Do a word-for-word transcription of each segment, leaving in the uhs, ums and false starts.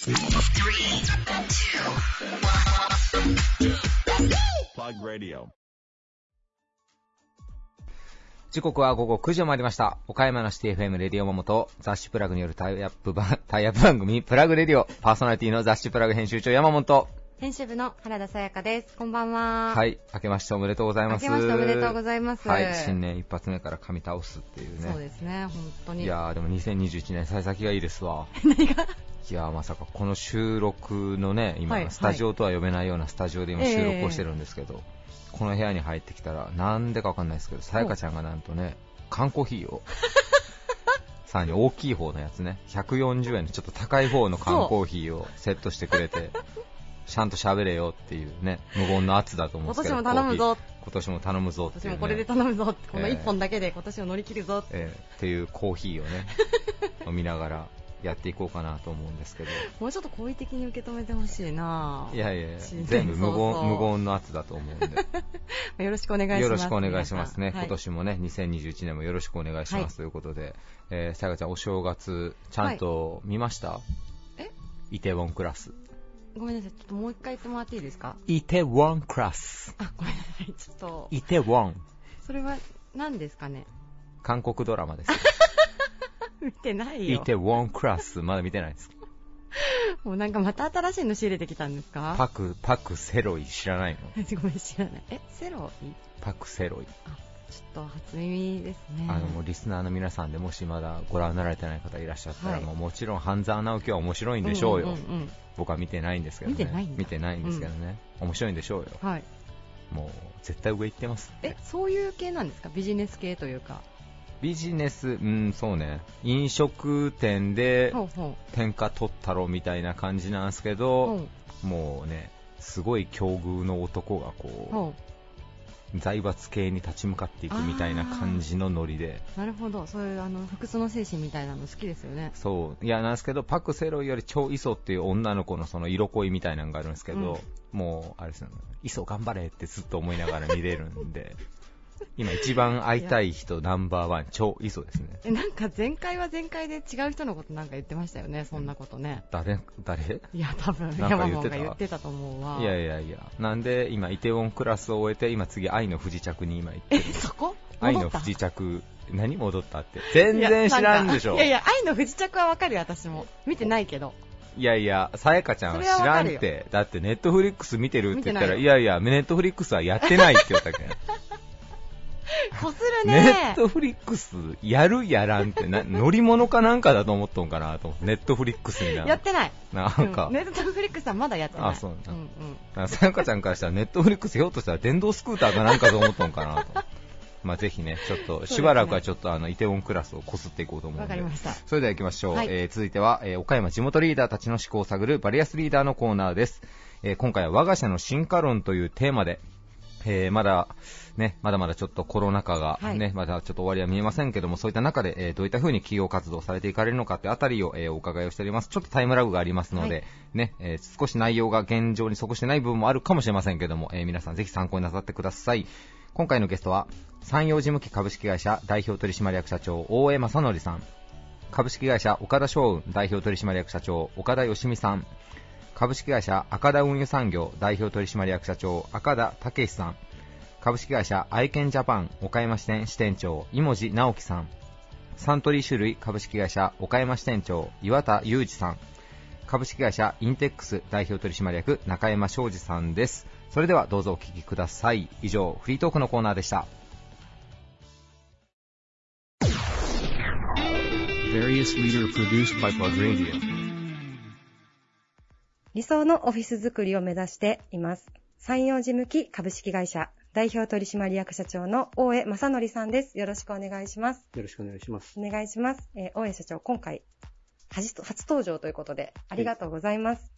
時刻は午後くじを回りました。岡山のシティ エフエム レディオモモと雑誌プラグによるタイアップばタイアップ番組プラグレディオ、パーソナリティの雑誌プラグ編集長山本、 編集部の原田さやかです。こんばんは。 はい、明けましておめでとうございます。 明けましておめでとうございます。 はい、新年一発目から噛み倒すっていうね。 そうですね、本当に。 いやーでもにせんにじゅういちねん幸先がいいですわ。 何が？ いやーまさかこの収録のね、今、はい、スタジオとは呼べないようなスタジオで今収録をしてるんですけど、えー、この部屋に入ってきたらなんでかわかんないですけど、さやかちゃんがなんとね缶コーヒーをさらに大きい方のやつね、ひゃくよんじゅうえんのちょっと高い方の缶コーヒーをセットしてくれてちゃんと喋れよっていうね、無言の圧だと思うんですけど、 今年も頼むぞ、 今年も頼むぞっていう、ね、 今年もこれで頼むぞって、このいっぽんだけで今年を乗り切るぞって、 えーえー、っていうコーヒーをね飲みながらやっていこうかなと思うんですけど、 もうちょっと好意的に受け止めてほしいな。 いやいやいや、全部無言、無言の圧だと思うんでよろしくお願いします。 よろしくお願いしますね、 はい、 今年もねにせんにじゅういちねんもよろしくお願いします、はい、ということで、えー、さやかちゃんお正月ちゃんと見ました、はい、 えイテウォンクラス。 ごめんなさい、ちょっともう一回言ってもらっていいですか。 イテウォンクラス。 あ、ごめんなさい、ちょっとイテウォン、 それは何ですかね。 韓国ドラマです見てないよ。 イテウォンクラスまだ見てないですか。 もうなんかまた新しいの仕入れてきたんですか。 パクパクセロイ知らないの。 ごめん、知らない。え、セロイ。 パクセロイ。 あ、ちょっと初耳ですね。 あのもうリスナーの皆さんでもしまだご覧になられてない方いらっしゃったら、はい、もうもちろん半沢直樹は面白いんでしょうよ、うんうんうん、僕は見てないんですけどね。 見てないんだ。 見てないんですけどね、うん、面白いんでしょうよ、 はい、 もう絶対上行ってますって。 え、そういう系なんですか。ビジネス系というか。 ビジネス、うん、そうね、飲食店でほうほう天下取ったろみたいな感じなんですけど、もうね、すごい境遇の男がこう財閥系に立ち向かっていくみたいな感じのノリで。 なるほど、そういうあの不屈の精神みたいなの好きですよね。 そう、いやなんですけど、パクセロイより超イソっていう女の子のその色恋みたいなのがあるんですけど、うん、もうあれですよね、イソ頑張れってずっと思いながら見れるんで今一番会いたい人ナンバーワン超イソですね。 え、なんか前回は前回で違う人のことなんか言ってましたよね。そんなことね。 誰誰いや多分山本が言ってたと思うわ。 いやいやいや、なんで今イテウォンクラスを終えて今次愛の不時着に今行ってる。 え、そこ愛の不時着、何戻ったって全然知らんでしょ。 いやいや、愛の不時着はわかるよ、私も見てないけど。 いやいや、さやかちゃんは知らんって。だってネットフリックス見てるって言ったら、いやいやネットフリックスはやってないって言ったけんこするね。 ネットフリックスやるやらんってな乗り物かなんかだと思っとんかなと思って。ネットフリックスみたいな。 やってない。 なんか、 うん、ネットフリックスはまだやってない。 あ、そうなんだ。さやかちゃんからしたらネットフリックスひょっとしたら電動スクーターかなんかと思っとんかなと。まあぜひね、ちょっとしばらくはちょっとあのイテウォンクラスをこすっていこうと思うので。 わかりました。 それでは行きましょう。 はい、 えー、続いては、えー、岡山地元リーダーたちの思考を探るバリアスリーダーのコーナーです。えー、今回は我が社の進化論というテーマで、えー、まだね、まだまだちょっとコロナ禍がね、はい、まだちょっと終わりは見えませんけども、そういった中で、えー、どういった風に企業活動されていかれるのかというあたりを、えー、お伺いをしております。ちょっとタイムラグがありますので、はい、ね、えー、少し内容が現状に即してない部分もあるかもしれませんけども、えー、皆さんぜひ参考になさってください。今回のゲストは山陽事務機株式会社代表取締役社長大江正則さん、株式会社岡田商運代表取締役社長岡田義美さん、株式会社赤田運輸産業代表取締役社長赤田武さん、株式会社アイケンジャパン岡山支店支店長井地直樹さん、サントリー種類株式会社岡山支店長岩田裕二さん、株式会社インテックス代表取締役中山昌司さんです。それではどうぞお聞きください。以上フリートークのコーナーでした。 理想のオフィス作りを目指しています。山陽事務機株式会社代表取締役社長の大江正則さんです。よろしくお願いします。 よろしくお願いします。 お願いします。えー、大江社長、今回初、初登場ということでありがとうございます。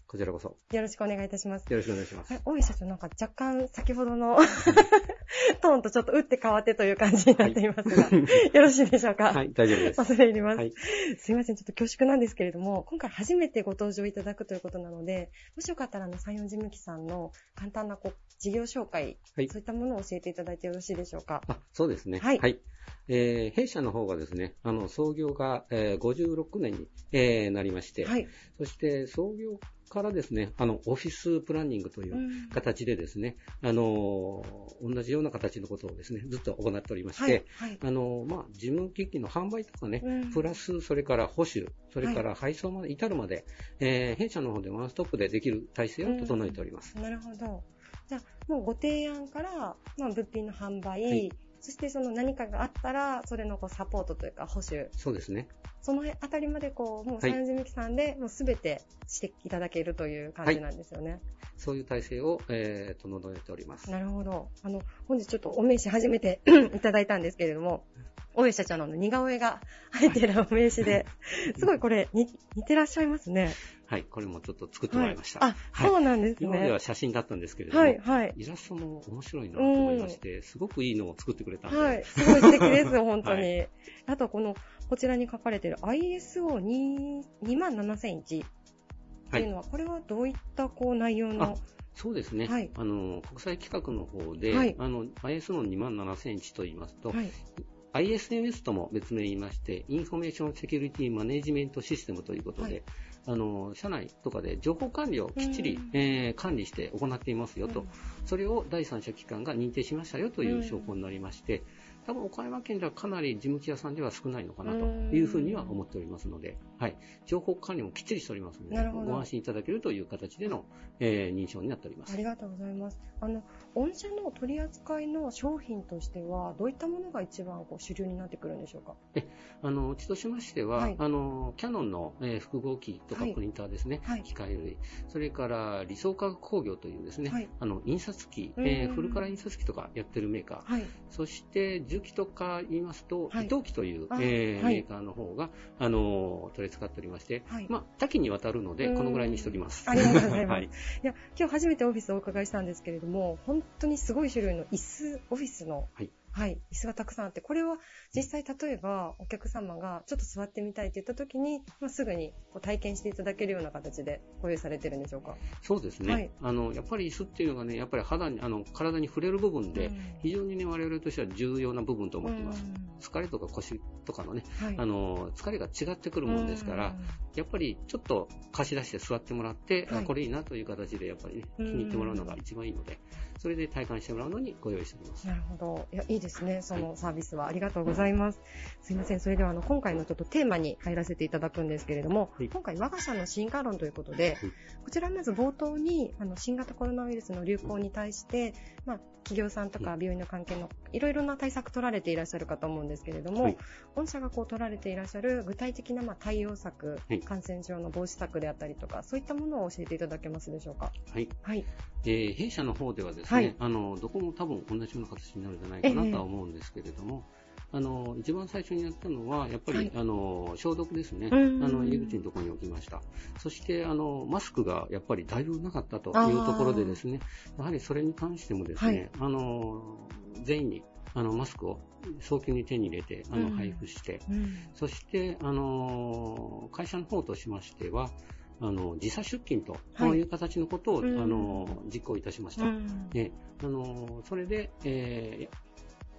こちらこそ。 よろしくお願いいたします。 よろしくお願いします。 大井社長、なんか若干先ほどのトーンとちょっと打って変わってという感じになっていますが、はい、よろしいでしょうか。 はい、大丈夫です。 恐れ入ります、 はい。 すいません、ちょっと恐縮なんですけれども、今回初めてご登場いただくということなので、もしよかったらあのさんよん事務機さんの簡単なこう事業紹介、はい、そういったものを教えていただいてよろしいでしょうか。 あ、そうですね。 はい。 はい、えー、弊社の方がですね、あの創業が、えー、ごじゅうろくねんに、えー、なりまして、はい、そして創業からですね、あの、オフィスプランニングという形でですね、うん、あの、同じような形のことをですね、ずっと行っておりまして、はいはい、あの、まあ、事務機器の販売とかね、うん、プラス、それから保守、それから配送まで至るまで、はい、えー、弊社の方でワンストップでできる体制を整えております。 うん、なるほど。じゃあ、もうご提案から、まあ、物品の販売、はい、そしてその何かがあったら、それのこうサポートというか保守。 そうですね。 そのあたりまでこう、もうさんよん事務機さんで、もうすべてしていただけるという感じなんですよね。はい、 そういう体制を、えー、整えております。 なるほど。あの、本日ちょっとお名刺初めていただいたんですけれども、大江社長の似顔絵が入っているお名刺で、すごいこれに似てらっしゃいますね。 はい、これもちょっと作ってもらいました。 はい、あ、はい、そうなんですね。 今までは写真だったんですけれども、はいはい、イラストも面白いなと思いまして、すごくいいのを作ってくれたんで。 はい、すごい素敵です、本当に。はい、あと、この、こちらに書かれている アイエスオーにまんななせんいちっていうのは、はい、これはどういったこう内容の？ そうですね。はい、あの、国際規格の方で、はい、あの、アイエスオーにまんななせんいちと言いますと、はい、アイエスエムエス とも別名言いまして、インフォメーションセキュリティマネジメントシステムということで、はい、あの、社内とかで情報管理をきっちり、えー、管理して行っていますよと、それを第三者機関が認定しましたよという証拠になりまして、多分岡山県ではかなり事務機屋さんでは少ないのかなというふうには思っておりますので、はい、情報管理もきっちりしておりますので、ご安心いただけるという形での、えー、認証になっております。 ありがとうございます。あの、御社の取り扱いの商品としては、どういったものが一番こう主流になってくるんでしょうか。 え、あの、うちとしましては、はい、あの、キヤノンの、えー、複合機とかプリンターですね、はい、機械類、それから理想化学工業というですね、はい、あの、印刷機、えー、フルカラー印刷機とかやってるメーカー、はい、そして重機とか言いますと、はい、伊藤機という、えーはい、メーカーの方が、あの、取り扱っておりまして、はい、まあ、多岐にわたるので、このぐらいにしております。 ありがとうございます。はい、いや、今日初めてオフィスをお伺いしたんですけれども、本当にすごい種類の椅子、オフィスの、はいはい、椅子がたくさんあって、これは実際例えばお客様がちょっと座ってみたいといった時に、まあ、すぐにこう体験していただけるような形でご用意されてるんでしょうか。 そうですね。はい、あのやっぱり椅子っていうのがね、やっぱり肌にあの体に触れる部分で、非常にね我々としては重要な部分と思っています。疲れとか腰とかのね、はい、あの疲れが違ってくるもんですから、やっぱりちょっと貸し出して座ってもらって、はい、あこれいいなという形でやっぱりね気に入ってもらうのが一番いいので、それで体感してもらうのにご用意しております。 なるほど。いやいいですね。そのサービスはありがとうございます。はい、すいません。それではあの今回のちょっとテーマに入らせていただくんですけれども、はい、今回我が社の進化論ということで、はい、こちらまず冒頭にあの新型コロナウイルスの流行に対して、まあ、企業さんとか病院の関係のいろいろな対策取られていらっしゃるかと思うんですけれども、はい、御社がこう取られていらっしゃる具体的なまあ対応策、はい、感染症の防止策であったりとか、そういったものを教えていただけますでしょうか。 はい。はい。えー、弊社の方ではですね、はい、あのどこも多分同じような形になるんじゃないかなとは思うんですけれども、えー、あの一番最初にやったのはやっぱり、はい、あの消毒ですね。あの入り口のところに置きました。そしてあのマスクがやっぱりだいぶなかったというところでですね、やはりそれに関してもですね、はい、あの全員にあのマスクを早急に手に入れてあの配布して、うんうん、そしてあの会社の方としましてはあの時差出勤という形のことを、はい、あの実行いたしました。うん、であのそれで、えー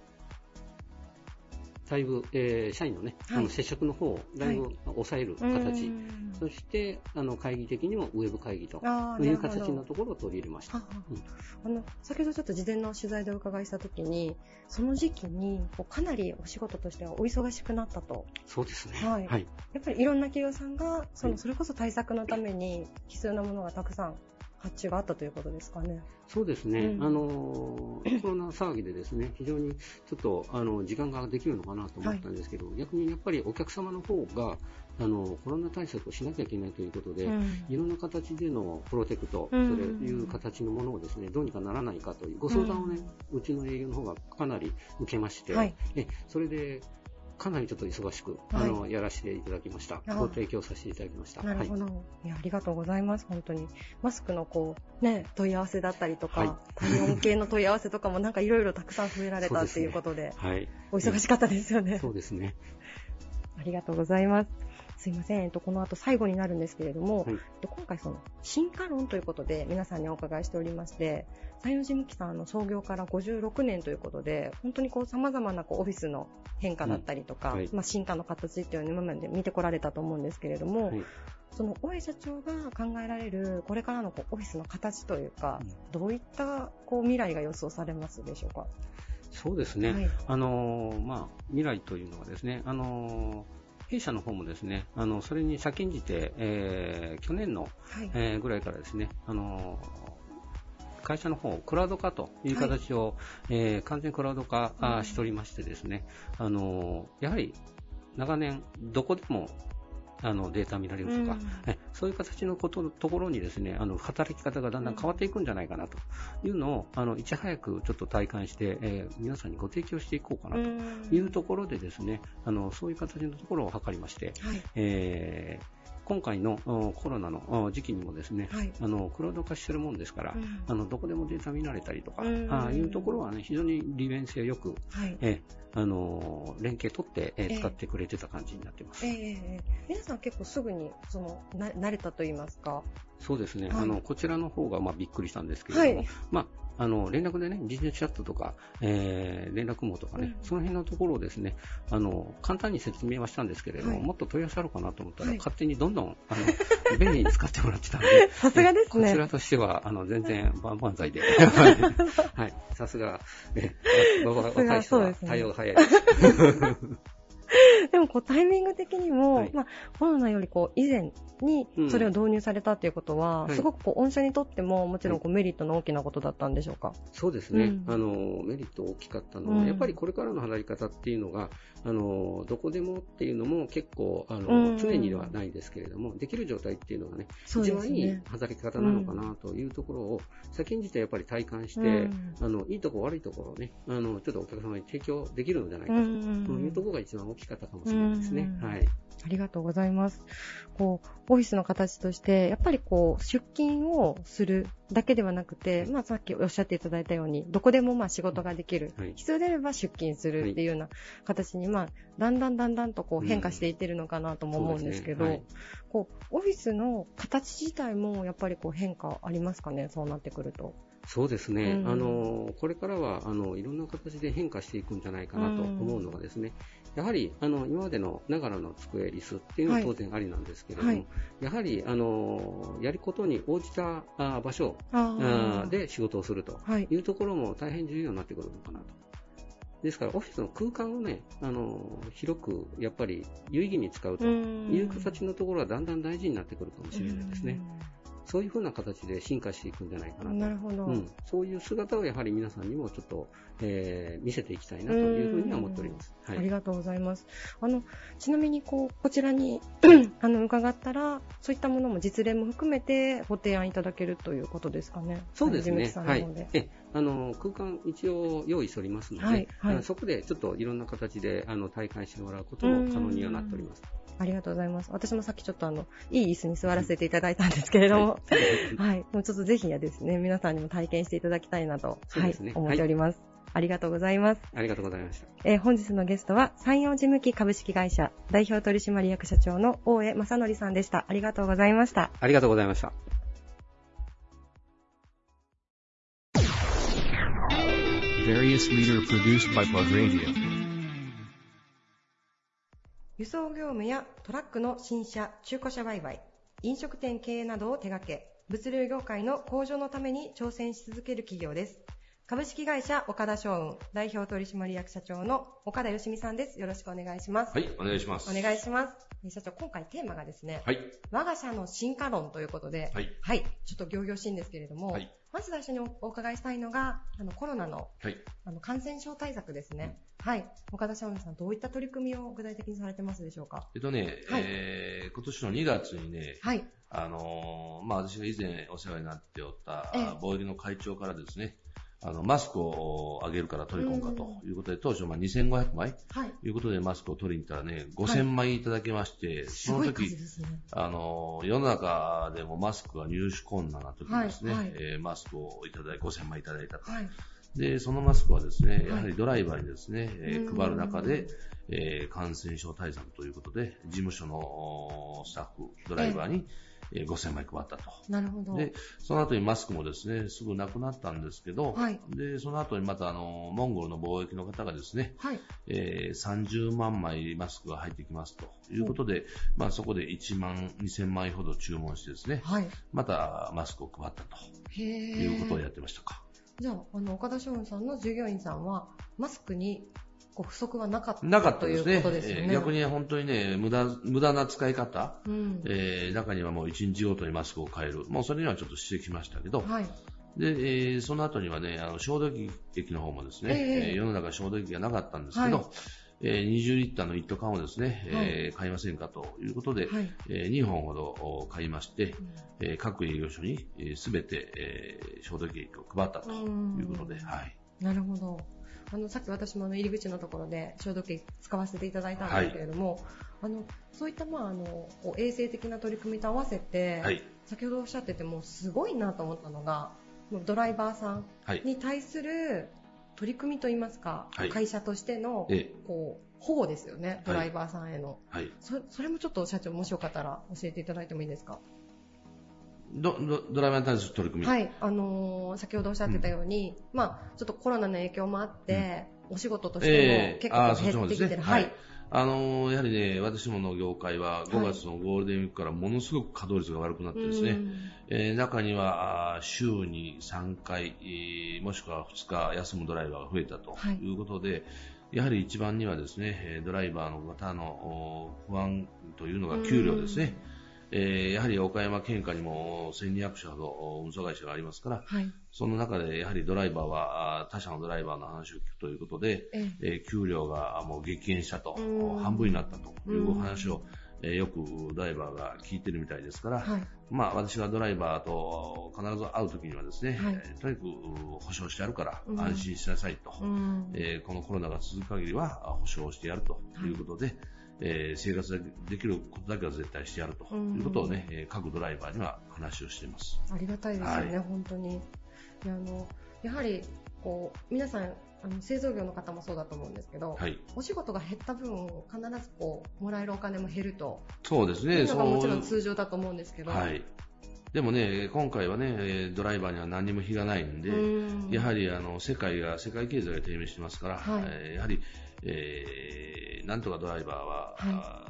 だいぶ、えー、社員のね、はい、あの接触の方をだいぶ抑える形、はい、そしてあの会議的にもウェブ会議という形のところを取り入れました。うん、 あの先ほどちょっと事前の取材でお伺いしたときに、その時期にこうかなりお仕事としてはお忙しくなったと。 そうですね。 はい。はい、やっぱりいろんな企業さんがその、はい、それこそ対策のために必要なものがたくさん発注があったということですかね。 そうですね、うん、あのコロナ騒ぎでですね非常にちょっとあの時間ができるのかなと思ったんですけど、はい、逆にやっぱりお客様の方があのコロナ対策をしなきゃいけないということで、うん、いろんな形でのプロテクト、うん、それいう形のものをですねどうにかならないかというご相談をね、うん、うちの営業の方がかなり受けまして、はい、えそれでかなりちょっと忙しく、はい、あのやらせていただきました。ご提供させていただきました。 なるほど、はい、いやありがとうございます。本当にマスクのこうね問い合わせだったりとか、はい、体温計の問い合わせとかもなんかいろいろたくさん増えられたっていうことで、 はい、 お忙しかったですよね。 そうですね。 ありがとうございます。すいません、えっと、この後最後になるんですけれども、はい、今回その進化論ということで皆さんにお伺いしておりまして、山陽事務機さんの創業からごじゅうろくねんということで、本当にこう様々なこうオフィスの変化だったりとか、うんはい、まあ、進化の形っていうのを今まで見てこられたと思うんですけれども、はい、その大江社長が考えられるこれからのこうオフィスの形というか、うん、どういったこう未来が予想されますでしょうか。 そうですね、はい、あのーまあ、未来というのはですね、あのー弊社の方もですね、あのそれに先んじて、えー、去年の、はいえー、ぐらいからですね、あの会社の方クラウド化という形を、はいえー、完全クラウド化、うん、しておりましてですね、あのやはり長年どこでもあのデータ見られるとか、うん、えそういう形のことのところにですね、あの働き方がだんだん変わっていくんじゃないかなというのを、あのいち早くちょっと体感して、えー、皆さんにご提供していこうかなというところでですね、あのそういう形のところを図りまして、はいえー今回のコロナの時期にもですね、はい、あのクラウド化してるもんですから、うん、あのどこでもデータ見られたりとか、うん、ああいうところはね非常に利便性よく、はいえあの連携取って、えー、使ってくれてた感じになってます。えーえー、皆さん結構すぐにそのな慣れたと言いますか。 そうですね、はい、あのこちらの方がまあびっくりしたんですけれども、はいまああの連絡でね、ビジネスチャットとか、えー、連絡網とかね、うん、その辺のところをですね、あの簡単に説明はしたんですけれども、はい、もっと問い合わせあるかなと思ったら、はい、勝手にどんどんあの便利に使ってもらってたので、 さすがですね。 こちらとしてはあの全然万々歳で、はい、さすが、え若い人は対応が早いです。 でもこうタイミング的にも、はいまあ、コロナよりこう以前にそれを導入されたということは、うん、すごくこう御社にとってももちろんこうメリットの大きなことだったんでしょうか。 そうですね、うん、あのメリット大きかったのは、うん、やっぱりこれからの働き方っていうのがあのどこでもっていうのも結構あの、うん、常にではないんですけれども、できる状態っていうのがね、一番いい働き方なのかなというところを先んじてやっぱり体感して、うん、あのいいところ悪いところをね、あのちょっとお客様に提供できるのじゃないかというところが一番大きかったかもしれないですね。はい。 ありがとうございます。こうオフィスの形としてやっぱりこう出勤をするだけではなくて、まあ、さっきおっしゃっていただいたようにどこでもまあ仕事ができる、はい、必要であれば出勤するっていうような形に、まあ、だんだんだんだんとこう変化していってるのかなとも思うんですけど、うんねはい、こうオフィスの形自体もやっぱりこう変化ありますかね、そうなってくると。 そうですね、うん、あのこれからはあのいろんな形で変化していくんじゃないかなと思うのがですね、うん、やはりあの今までのながらの机、椅子っていうのは当然ありなんですけれども、はい、やはりあのやることに応じたあ場所あで仕事をするというところも大変重要になってくるのかなと。ですからオフィスの空間をね、あの広くやっぱり有意義に使うという形のところはだんだん大事になってくるかもしれないですね。そういう風な形で進化していくんじゃないかなと。 なるほど。 うん、そういう姿をやはり皆さんにもちょっと、えー、見せていきたいなという風には思っております。 はい、ありがとうございます。あのちなみにこうこちらにあの伺ったらそういったものも実例も含めてご提案いただけるということですかね。 そうですね。はい。えあの空間一応用意しておりますので、はいはい、そこでちょっといろんな形であの体感してもらうことも可能にはなっております。 ありがとうございます。私もさっきちょっとあのいい椅子に座らせていただいたんですけれども、はい、はい、もうちょっとぜひやですね、皆さんにも体験していただきたいなと、はい、思っております。はい、ありがとうございます。 ありがとうございました。 えー、本日のゲストは山陽事務機株式会社代表取締役社長の大江正則さんでした。ありがとうございました。 ありがとうございました。 輸送業務やトラックの新車・中古車売買、飲食店経営などを手掛け、物流業界の向上のために挑戦し続ける企業です。株式会社岡田商運代表取締役社長の岡田芳美さんです。よろしくお願いします。 はい、お願いします。 お願いします。社長、今回テーマがですね、はい、我が社の進化論ということで、はい、はい、ちょっと仰々しいんですけれども、はい、まず最初にお伺いしたいのが、あのコロナの、はい、あの感染症対策ですね。うん、はい、岡田商運さん、どういった取り組みを具体的にされてますでしょうか。 えっとね、はい、えー、今年のにがつにね、はい、あのー、まあ私が以前お世話になっておった、えー、ボイルの会長からですね、 あの、マスクをあげるから取り込むかということで、当初、まあ、にせんごひゃくまいということでマスクを取りに行ったらね、ごせんまいいただけまして、はい、その時、ね、あの、世の中でもマスクが入手困難な時にですね、はいはい、えー、マスクをいただい、ごせんまいいただいたと。はい、で、そのマスクはですね、やはりドライバーにですね、はい、えー、配る中で、えー、感染症対策ということで、事務所のスタッフ、ドライバーに、えー、ごせんまい配ったと。 なるほど。 で、その後にマスクもですね、すぐなくなったんですけど、はい、で、その後にまたあの、モンゴルの貿易の方がですね、はい、えー、さんじゅうまんまいマスクが入ってきますということで、まあそこでいちまんにせんまいほど注文してですね、はい、またマスクを配ったということをやってましたか。 じゃあ、あの、岡田商運さんの従業員さんは、マスクにこう不足はなかったなかったということですよね。 えー、逆に本当にね、無駄、無駄な使い方、うん、えー、中にはもういちにちごとにマスクを変える。もうそれにはちょっとしてきましたけど、はい、で、えー、その後にはね、あの消毒液の方もですね、えー、世の中消毒液がなかったんですけど、はい、えー、にじゅうリッターの一斗缶をですね、はい、えー、買いませんかということで、はい、えー、にほんほど買いまして、うん、えー、各営業所にすべ、えー、て、えー、消毒液を配ったということで、はい。 なるほど。あの、さっき私もあの入り口のところで消毒液使わせていただいたんですけれども、はい、あの、そういったまああの、こう衛生的な取り組みと合わせて、はい、先ほどおっしゃっててもすごいなと思ったのが、ドライバーさんに対する取り組みといいますか、はい、会社としての、こう、保護ですよね、ドライバーさんへの、はいはい、そ。それもちょっと社長もしよかったら教えていただいてもいいですか。 ド, ド, ドライバーに対する取り組み、 はい、あのー、先ほどおっしゃってたように、うん、まあちょっとコロナの影響もあって、うん、お仕事としても結構減ってきてる、えーね、はい、 あのー、やはりね、私どもの業界はごがつのゴールデンウィークからものすごく稼働率が悪くなってですね、はい、えー、中には週にさんかい、えー、もしくはふつか休むドライバーが増えたということで、はい、やはり一番にはですね、ドライバーの方の不安というのが給料ですね。えー、やはり岡山県下にもせんにひゃくしゃほど運送会社がありますから、はい、その中でやはりドライバーは他社のドライバーの話を聞くということで、ええー、給料がもう激減したと、半分になったというお話を、えー、よくドライバーが聞いてるみたいですから、はい、まあ私がドライバーと必ず会うときにはですね、はい、とにかく保証してやるから安心しなさいと、えー、このコロナが続く限りは保証してやるということで、はい、えー、生活できることだけは絶対してやるということをね、うん、各ドライバーには話をしています。 ありがたいですよね、はい、本当に。あのやはりこう皆さんあの製造業の方もそうだと思うんですけど、はい、お仕事が減った分必ずこうもらえるお金も減ると、 そうですね、 いうのがもちろん通常だと思うんですけど、 はい、でもね、今回はね、ドライバーには何にも非がないんで、んやはりあの世界が世界経済が低迷してますから、はい、えー、やはり、えー、なんとかドライバーは、はい、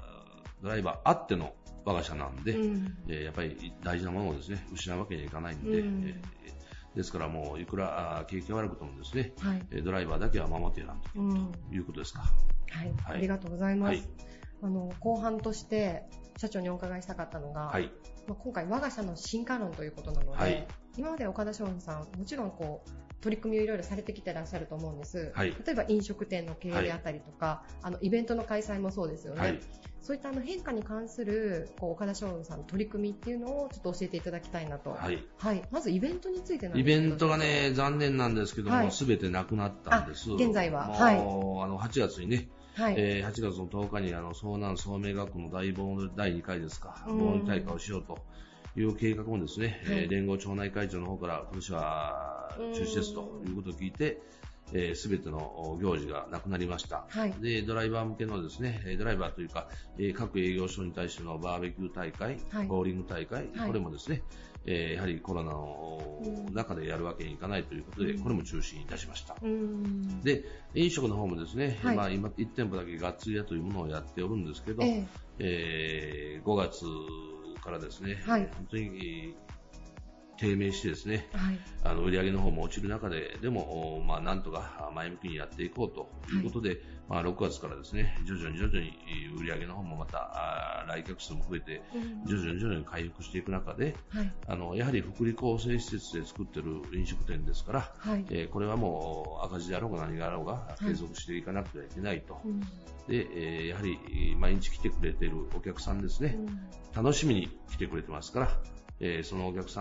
ドライバーあっての我が社なんで、うん、えー、やっぱり大事なものをですね失うわけにはいかないんで、うん、えー、ですからもういくら景気が悪くてもですね、はい、ドライバーだけは守ってやらんと、うん、いうことですか。 はい、はい、ありがとうございます。はい、あの後半として社長にお伺いしたかったのが、はい、まあ、今回我が社の進化論ということなので、はい、今まで岡田商品さんもちろんこう取り組みをいろいろされてきてらっしゃると思うんです、はい、例えば飲食店の経営であったりとか、はい、あのイベントの開催もそうですよね、はい、そういったあの変化に関するこう岡田商品さんの取り組みっていうのをちょっと教えていただきたいなと、はいはい、まずイベントについてなんですけど、 イベントがね残念なんですけども、はい、全てなくなったんです。 現在はもう、はい、あのはちがつにね、はい、えー、はちがつのとおかにあの遭難聡明学校の大盆踊りだいにかいですか、盆踊り大会をしようという計画もですね、はい、えー、連合町内会長の方から今年は中止ですということを聞いて、えー、全ての行事がなくなりました、はい、でドライバー向けのですねドライバーというか、えー、各営業所に対してのバーベキュー大会、はい、ボーリング大会、はい、これもですね、えー、やはりコロナの中でやるわけにいかないということで、うん、これも中止にいたしました。うん、で飲食の方もですね、はい、まあ、今いち店舗だけがっつり屋というものをやっておるんですけど、えーえー、ごがつからですね、はい、本当に低迷してですね、はい、あの売上の方も落ちる中ででも、まあ、なんとか前向きにやっていこうということで、はい、まあ、ろくがつからですね徐々に徐々に売上の方もまた来客数も増えて、うん、徐々に徐々に回復していく中で、はい、あのやはり福利厚生施設で作っている飲食店ですから、はい、えー、これはもう赤字であろうが何があろうが継続していかなくてはいけないと、はい、でえー、やはり毎日来てくれているお客さんですね、うん、楽しみに来てくれてますから、えー、そのお客さんをね、え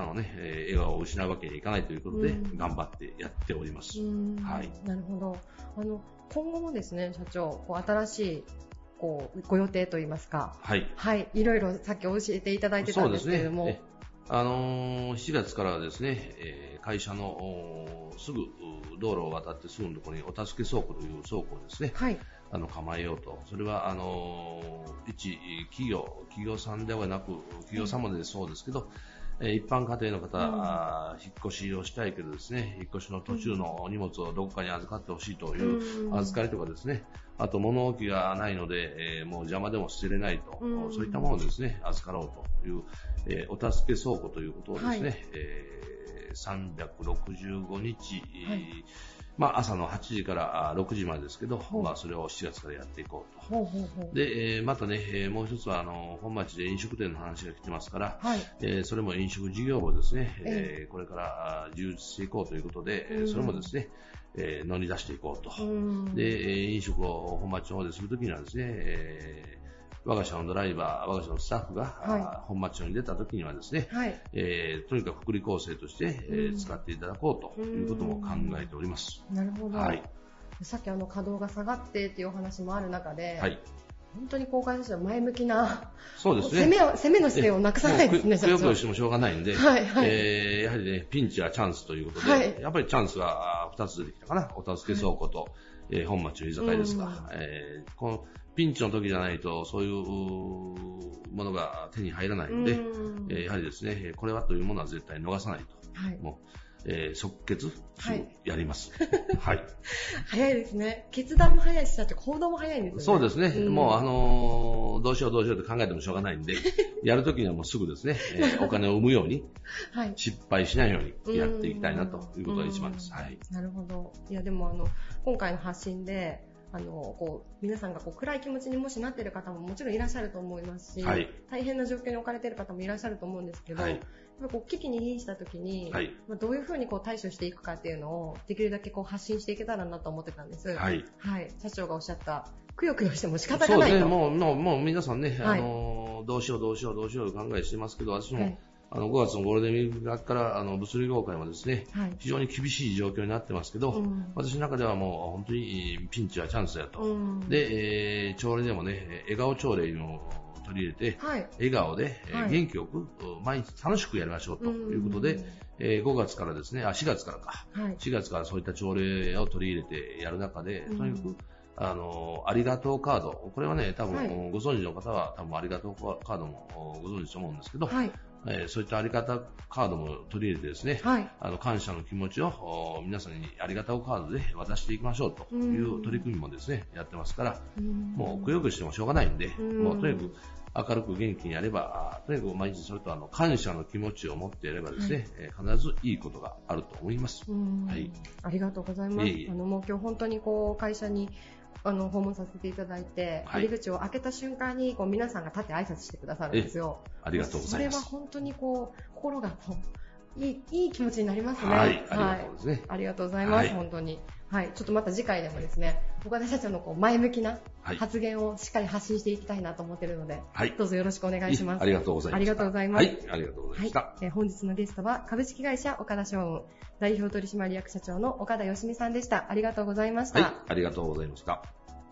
えー、笑顔を失うわけにいかないということで、頑張ってやっております。はい。 なるほど。あの、今後もですね、社長、こう新しい、こう、ご予定といいますか。 はい。 はい。いろいろさっき教えていただいてたんですけれども。そうですね。 あのー、しちがつからはですね、えー、会社のすぐ道路を渡ってすぐのところにお助け倉庫という倉庫をですね、はい、あの構えようと。それはあのー、一企業企業さんではなく企業様でそうですけど、うん、一般家庭の方、うん、引っ越しをしたいけどですね、引っ越しの途中の荷物をどこかに預かってほしいという預かりとかですね、あと物置がないので、えー、もう邪魔でも捨てれないと、うん、そういったものをですね預かろうという、えー、お助け倉庫ということをですね、はい、えー、さんびゃくろくじゅうごにち、はい、まあ、朝のはちじからろくじまでですけど、まあ、それをしちがつからやっていこうと。ほうほうほう。で、えー、またね、えー、もう一つはあの本町で飲食店の話が来てますから、はい、えー、それも飲食事業をですね、えー、これから充実していこうということで、うん、それもですね、えー、乗り出していこうと。うん、で、飲食を本町の方でするときにはですね、えー我が社のドライバー、我が社のスタッフが、はい、本町に出た時にはですね、はい、えー、とにかく福利厚生として、えー、使っていただこうということも考えております。 なるほど。はい、さっきあの稼働が下がってというお話もある中で、はい、本当に公開としては前向きな、そうですね、攻めを攻めの姿勢をなくさないですね。 くよくよしてもしょうがないんで、はいはい、えー、やはりねピンチはチャンスということで、はい、やっぱりチャンスがふたつ出てきたかな。お助け倉庫と、はい、えー、本町の居酒屋ですか。えー、このピンチの時じゃないとそういうものが手に入らないので、えー、やはりですねこれはというものは絶対逃さないと、はい、もう、えー、即決やります、はい、 早いですね。決断も早いし行動も早いんですよね。 そうですね、うん、もうあのー、どうしようどうしようと考えてもしょうがないんでやる時にはもうすぐですね、えー、お金を生むように、はい、失敗しないようにやっていきたいなということが一番です。はい、 なるほど。いやでもあの今回の発信であのこう皆さんがこう暗い気持ちにもしなっている方ももちろんいらっしゃると思いますし、はい、大変な状況に置かれている方もいらっしゃると思うんですけど、はい、やっぱこう危機に瀕した時に、はい、まあ、どういうふうにこう対処していくかっていうのをできるだけこう発信していけたらなと思ってたんです。はいはい、社長がおっしゃったくよくよしても仕方がないと。 そうですね、もうもうもう皆さんね、はい、あのどうしようどうしようどうしようと考えしてますけど、私も、はい、あのごがつのゴールデンウィークからあの物流業界もですね、はい、非常に厳しい状況になってますけど、うん、私の中ではもう本当にピンチはチャンスだと、うん、で、えー、朝礼でもね笑顔朝礼を取り入れて、はい、笑顔で、はい、元気よく毎日楽しくやりましょうということで、うん、えー、ごがつからですね、あしがつからか、はい、しがつからそういった朝礼を取り入れてやる中で、うん、とにかくあのありがとうカード、これはね多分、はい、ご存知の方は多分ありがとうカードもご存知と思うんですけど、はい、えー、そういったありがたカードも取り入れてですね、はい、あの感謝の気持ちを皆さんにありがたうカードで渡していきましょうという取り組みもですねやってますから、もうくよくよしてもしょうがないんで、もうとにかく明るく元気にやれば、とにかく毎日それとあの感謝の気持ちを持ってやればですね、はい、必ずいいことがあると思います。 はい、ありがとうございます。いえいえ、あのもう今日本当にこう会社にあの訪問させていただいて、はい、入り口を開けた瞬間にこう皆さんが立って挨拶してくださるんですよ。 ありがとうございます。 それは本当にこう心がこういい、いい気持ちになりますね。 はい、ありがとうですね。 ありがとうございます、はい、本当に。はい、ちょっとまた次回でもですね、岡田社長のこう前向きな発言をしっかり発信していきたいなと思っているので、はい、どうぞよろしくお願いします。 ありがとうございます。 ありがとうございます。 はい、ありがとうございました。はい、 えー、本日のゲストは株式会社岡田商運代表取締役社長の岡田義美さんでした。ありがとうございました。 はい、ありがとうございました。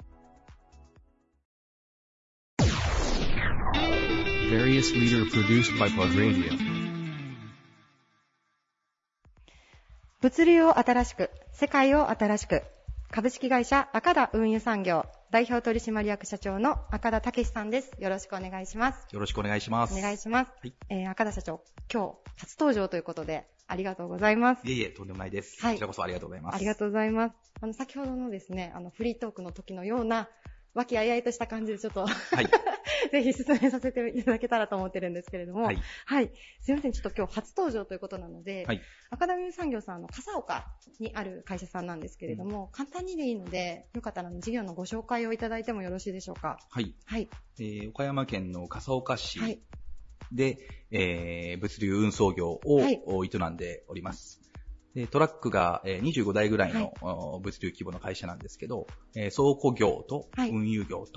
Various Leader produced by Plug Radio。 物流を新しく、世界を新しく。株式会社赤田運輸産業代表取締役社長の赤田武さんです。よろしくお願いします。 よろしくお願いします。 お願いします。はい、えー、赤田社長、今日初登場ということでありがとうございます。 いえいえ、とんでもないです。はい、こちらこそありがとうございます。 ありがとうございます。あの先ほどのですね、あのフリートークの時のような和気あいあいとした感じでちょっと、はい、ぜひ説明させていただけたらと思ってるんですけれども、はい、はい、すいません、ちょっと今日初登場ということなので、はい、赤田運輸産業さんの笠岡にある会社さんなんですけれども、うん、簡単にでいいので、よかったら事業のご紹介をいただいてもよろしいでしょうか。 はい。はい。えー、岡山県の笠岡市で、はい、えー、物流運送業を、はい、営んでおります。でトラックがにじゅうごだいぐらいの、はい、物流規模の会社なんですけど、倉庫業と運輸業と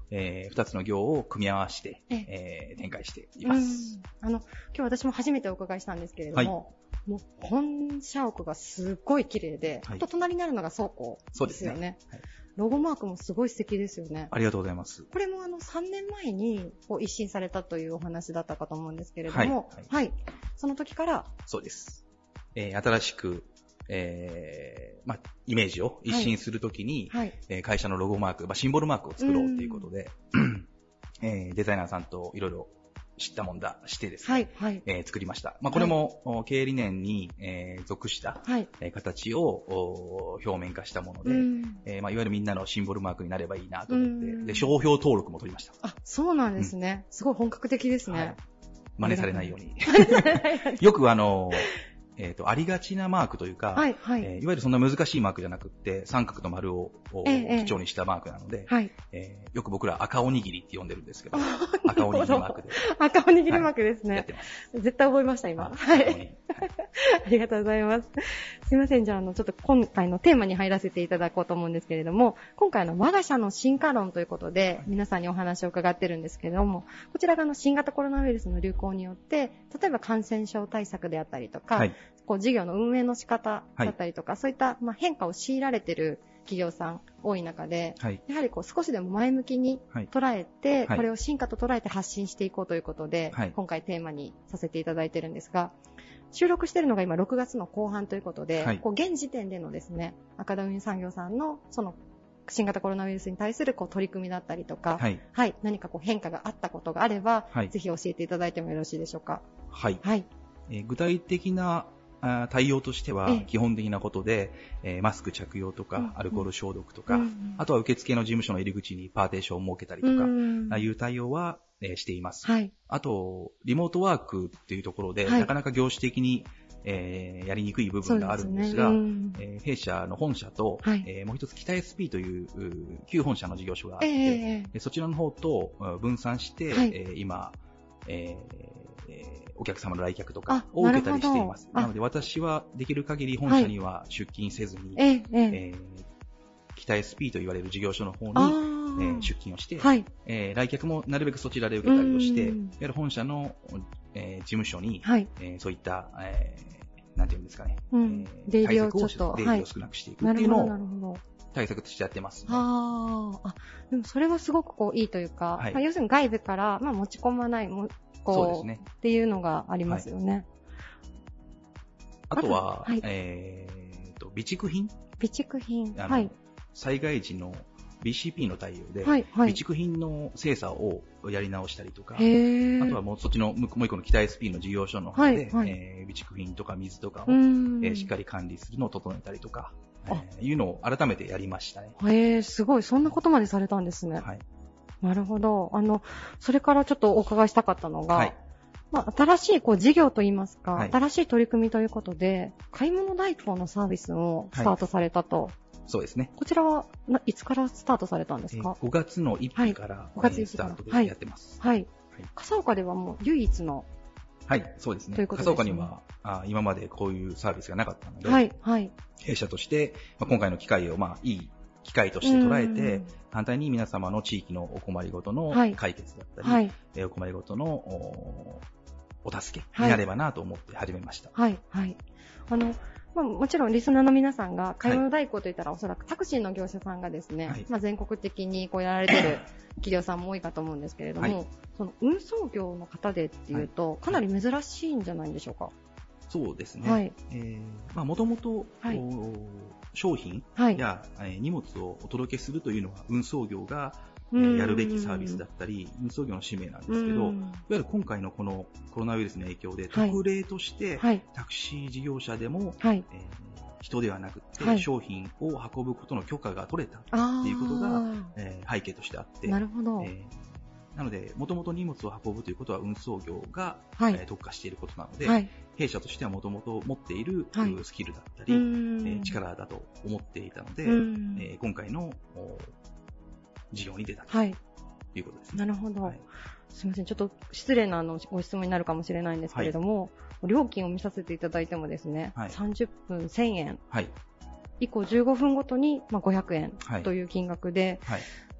えー、ふたつの行を組み合わせて、えー、展開しています。 あの、今日私も初めてお伺いしたんですけれども、はい、もう本社屋がすごい綺麗で、はい、と隣にあるのが倉庫ですよね。そうですね。はい、ロゴマークもすごい素敵ですよね。 ありがとうございます。 これもあのさんねんまえにこう一新されたというお話だったかと思うんですけれども、はい。はい、その時から。 そうです。えー、新しく、えー、まあ、イメージを一新するときに、はいはい、えー、会社のロゴマーク、まあ、シンボルマークを作ろうということで、えー、デザイナーさんといろいろ知ったもんだしてですね、はいはいえー、作りました。まあ、これも、はい、経営理念に、えー、属した、はいえー、形を表面化したもので、えーまあ、いわゆるみんなのシンボルマークになればいいなと思って、で商標登録も取りました。 あ、そうなんですね。うん、すごい本格的ですね。はい、 真似されないように。よくあのえっ、ー、と、ありがちなマークというか、はいはいえー、いわゆるそんな難しいマークじゃなくって、三角と丸を、ええ、基調にしたマークなので、はいえー、よく僕ら赤おにぎりって呼んでるんですけど、赤おにぎりマークで。 赤おにぎりマークですね。 はい、やってます。 絶対覚えました、今。はい。はい、ありがとうございます。すいません、じゃあ、あの、ちょっと今回のテーマに入らせていただこうと思うんですけれども、今回の我が社の進化論ということで、皆さんにお話を伺ってるんですけれども、こちらがあの新型コロナウイルスの流行によって、例えば感染症対策であったりとか、はいこう事業の運営の仕方だったりとか、はい、そういったまあ変化を強いられている企業さん多い中で、はい、やはりこう少しでも前向きに捉えて、はい、これを進化と捉えて発信していこうということで、はい、今回テーマにさせていただいているんですが、収録しているのが今ろくがつの後半ということで、はい、こう現時点でのですね、赤田運輸産業さんのその新型コロナウイルスに対するこう取り組みだったりとか、はい、はい、何かこう変化があったことがあれば、はい、ぜひ教えていただいてもよろしいでしょうか。 はい。はい、えー、具体的な対応としては基本的なことで、えー、マスク着用とかアルコール消毒とか、うんうん、あとは受付の事務所の入り口にパーテーションを設けたりとか、うん、ああいう対応は、えー、しています、はい、あとリモートワークっていうところで、はい、なかなか業種的に、えー、やりにくい部分があるんですが、す、ねうんえー、弊社の本社と、はいえー、もう一つ北 エスピー という旧本社の事業所があって、えー、そちらの方と分散して、はいえー、今、えーえー、お客様の来客とかを受けたりしています。な, なので私はできる限り本社には出勤せずに、はいええー、北 エスピー と言われる事業所の方に、えー、出勤をして、はいえー、来客もなるべくそちらで受けたりをして、いわゆる本社の、えー、事務所に、はいえー、そういった、えー、なんていうんですかね、うんえー、対策を、出入りを少なくしていくっていうのを、対策としてやってます、ね。 ああ、でもそれはすごくこういいというか、はいまあ、要するに外部から、まあ、持ち込まないもこうそうですね。っていうのがありますよね。はい、 あとは、はい、えー、と備蓄品備蓄品、はい、 災害時の ビーシーピー の対応で、はいはい、備蓄品の精査をやり直したりとか、あとはもうそっちのもう一個の北 エスピー の事業所の方で、はいはいえー、備蓄品とか水とかを、えー、しっかり管理するのを整えたりとか、えー、いうのを改めてやりましたね。 へー、すごい、そんなことまでされたんですね。はい。なるほど。あの、それからちょっとお伺いしたかったのが、はいまあ、新しいこう事業といいますか、はい、新しい取り組みということで、買い物代行のサービスをスタートされたと。はい、 そうですね。 こちらはいつからスタートされたんですか？ ごがつのつかから、はい、ごがつスタートでやってます。 はい。はい、笠岡ではもう唯一のはい、そうですね。ということですね。笠岡にはあ今までこういうサービスがなかったので、はい、はい。弊社として、まあ、今回の機会をまあいい機会として捉えて、反対に皆様の地域のお困りごとの解決だったり、はいはい、お困りごとの お, お助けになればなと思って始めました。はい、はい。あの、まあ、もちろんリスナーの皆さんが買い物代行といったら、はい、おそらくタクシーの業者さんがですね、はいまあ、全国的にこうやられている企業さんも多いかと思うんですけれども、はい、その運送業の方でっていうと、はい、かなり珍しいんじゃないんでしょうか？そうですね。はい。えー、まあ、もともと、商品や、はい、荷物をお届けするというのは運送業が、えー、やるべきサービスだったり、運送業の使命なんですけど、いわゆる今回のこのコロナウイルスの影響で、特例として、はい、タクシー事業者でも、はいえー、人ではなくて、はい、商品を運ぶことの許可が取れたっていうことが、えー、背景としてあって、なるほど。えーなので、もともと荷物を運ぶということは運送業が、はいえー、特化していることなので、はい、弊社としてはもともと持っている、はい、スキルだったり、えー、力だと思っていたので、えー、今回の事業に出たということですね。なるほど。はい、すみません。ちょっと失礼なあのご質問になるかもしれないんですけれども、はい、料金を見させていただいてもですね、はい、さんじゅっぷんせんえん、はい、以降じゅうごふんごとにまあごひゃくえんという金額で、はいはい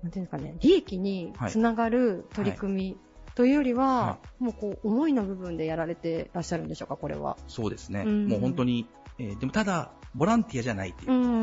なんていうんですかね、利益につながる取り組み、はいはいというよりは、はい、もうこう思いの部分でやられてらっしゃるんでしょうか、これは。 そうですね。うん、もう本当に、えー、でもただボランティアじゃないっていう。うん、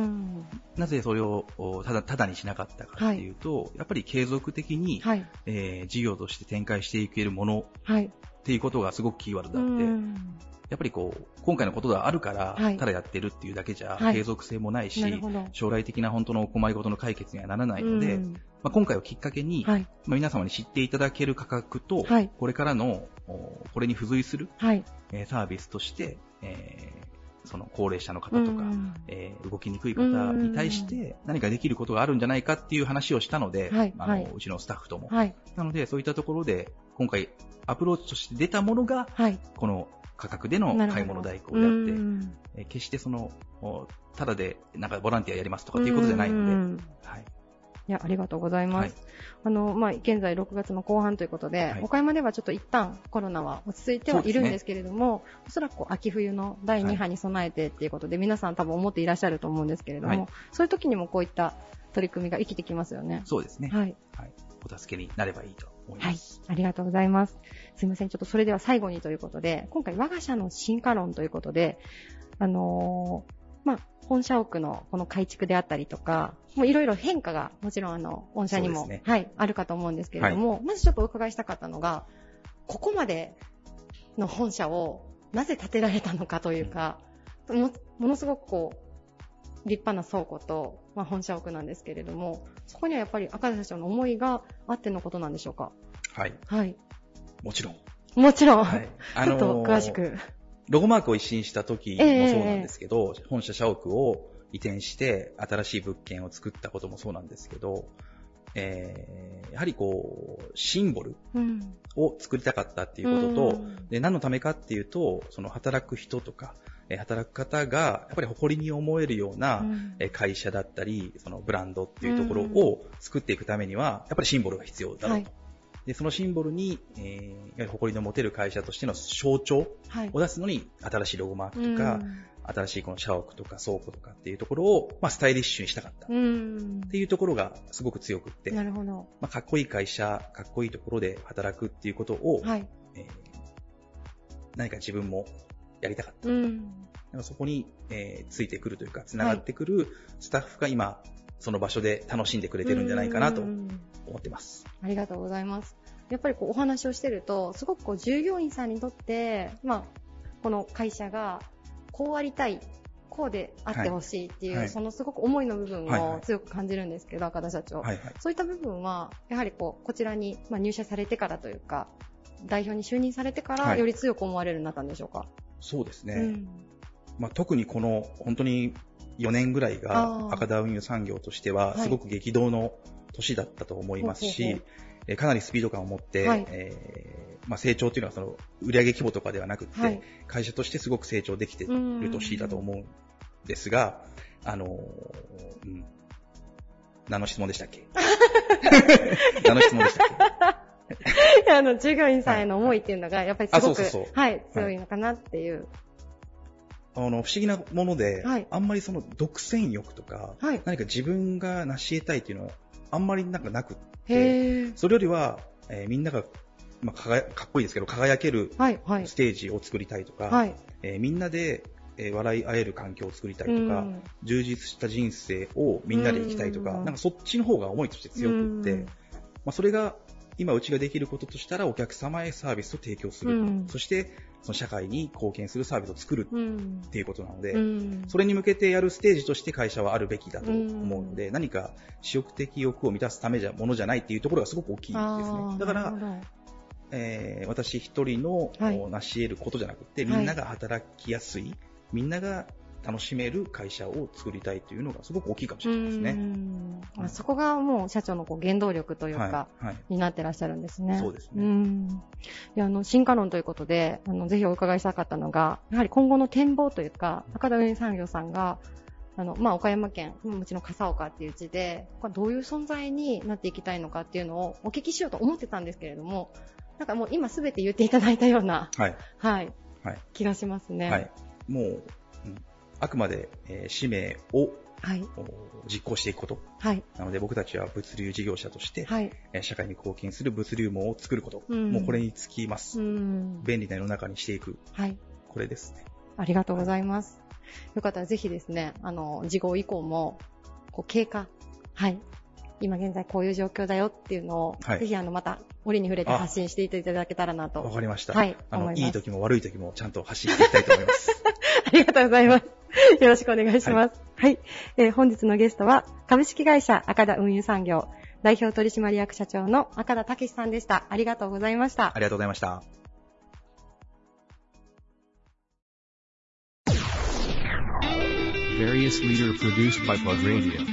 なぜそれをただただにしなかったかっていうと、はい、やっぱり継続的に、はいえー、事業として展開していけるもの、はい、っていうことがすごくキーワードであって。うんやっぱりこう今回のことがあるから、はい、ただやってるっていうだけじゃ継続性もないし、はい、将来的な本当のお困りごとの解決にはならないので、うんまあ、今回をきっかけに、はいまあ、皆様に知っていただける価格と、はい、これからのこれに付随する、はいえー、サービスとして、えー、その高齢者の方とか、うんえー、動きにくい方に対して何かできることがあるんじゃないかっていう話をしたので、はい、あの、はい、うちのスタッフとも、はい、なのでそういったところで今回アプローチとして出たものが、はい、この価格での買い物代行であって、え決してそのただでなんかボランティアやりますとかっていうことじゃないので、はい、 いやありがとうございます。はい、あのまあ現在ろくがつの後半ということで、はい、岡山ではちょっと一旦コロナは落ち着いてはいるんですけれども、ね、おそらくこう秋冬のだいに波に備えてっていうことで、はい、皆さん多分思っていらっしゃると思うんですけれども、はい、そういう時にもこういった取り組みが生きてきますよね。 そうですね。はい。はい、お助けになればいいと思います。 はい、ありがとうございます。すいません、ちょっとそれでは最後にということで、今回我が社の進化論ということで、あのー、まあ、本社屋のこの改築であったりとか、もういろいろ変化がもちろんあの、御社にも、ね、はい、あるかと思うんですけれども、はい、まずちょっとお伺いしたかったのが、ここまでの本社をなぜ建てられたのかというか、うん、も, ものすごくこう、立派な倉庫と、まあ、本社屋なんですけれども、そこにはやっぱり赤田社長の思いがあってのことなんでしょうか。 はい。はい。もちろん。 もちろん。はい、ちょっと詳しく。 ロゴマークを一新した時もそうなんですけど、えー、本社社屋を移転して新しい物件を作ったこともそうなんですけど、えー、やはりこう、シンボルを作りたかったっていうことと、うん、で何のためかっていうと、その働く人とか、働く方がやっぱり誇りに思えるような会社だったり、そのブランドっていうところを作っていくためには、やっぱりシンボルが必要だろうと。はい、でそのシンボルに、えー、やはり誇りの持てる会社としての象徴を出すのに、はい、新しいロゴマークとか、新しいこの社屋とか倉庫とかっていうところを、まあ、スタイリッシュにしたかったっていうところがすごく強くって、なるほど、まあ、かっこいい会社、かっこいいところで働くっていうことを、はいえー、何か自分もやりたかった。うん、そこに、えー、ついてくるというか、つながってくるスタッフが今、その場所で楽しんでくれてるんじゃないかなと思ってます。 ありがとうございます。やっぱりこうお話をしてると、すごくこう従業員さんにとって、まあ、この会社がこうありたい、こうであってほしいっていう、はい、そのすごく思いの部分を強く感じるんですけど、はいはい、赤田社長、はいはい。そういった部分は、やはりこう、こちらに、まあ、入社されてからというか、代表に就任されてから、より強く思われるようになったんでしょうか。はい、 そうですね。うんまあ、特にこの本当によねんぐらいが赤田運輸産業としてはすごく激動の年だったと思いますし、はい、かなりスピード感を持って、はいえーまあ、成長というのはその売上規模とかではなくて、はい、会社としてすごく成長できている年だと思うんですが、あの、うん、何の質問でしたっけ何の質問でしたっけあの従業員さんへの思いっていうのがやっぱりすごく、はい、そうそうそう、はい、強いのかなっていう。 あの不思議なもので、はい、あんまりその独占欲とか、はい、何か自分が成し得たいっていうのはあんまりなんかなくって、それよりは、えー、みんなが、まあ、か, がかっこいいですけど輝けるステージを作りたいとか、はいえー、みんなで、えー、笑い合える環境を作りたいとか、充実した人生をみんなで生きたいとか、なんかそっちの方が思いとして強くって、まあ、それが今うちができることとしたらお客様へサービスを提供する、うん、そしてその社会に貢献するサービスを作るっていうことなので、うん、それに向けてやるステージとして会社はあるべきだと思うので、うん、何か私欲的欲を満たすためじゃものじゃないっていうところがすごく大きいですね。だから、えー、私一人の、はい、成し得ることじゃなくて、みんなが働きやすい、はい、みんなが楽しめる会社を作りたいというのがすごく大きいかもしれないですね。うんうん、そこがもう社長のこう原動力というか、はいはい、になってらっしゃるんですね。 そうですね。うん、 いやあの進化論ということであのぜひお伺いしたかったのが、やはり今後の展望というか、赤田運輸産業さんがあの、まあ、岡山県うちの笠岡っていう地でどういう存在になっていきたいのかっていうのをお聞きしようと思ってたんですけれども、なんかもう今すべて言っていただいたような、はいはいはい、気がしますね。はい、 もうあくまで、えー、使命をはい、実行していくこと、はい、なので僕たちは物流事業者として、はい、社会に貢献する物流網を作ること、うん、もうこれにつきます、うん、便利な世の中にしていく、はい、これですね。 ありがとうございます。よかったらぜひですね、あの事後以降もこう経過、はい、今現在こういう状況だよっていうのを、はい、ぜひあのまた折に触れて発信していただけたらなと。 わかりました。はい、あのいい時も悪い時もちゃんと発信していきたいと思います。 ありがとうございます。よろしくお願いします。はい、はい、えー、本日のゲストは株式会社赤田運輸産業代表取締役社長の赤田武さんでした。ありがとうございました。 ありがとうございました。 Various Leader produced by Plug Radio。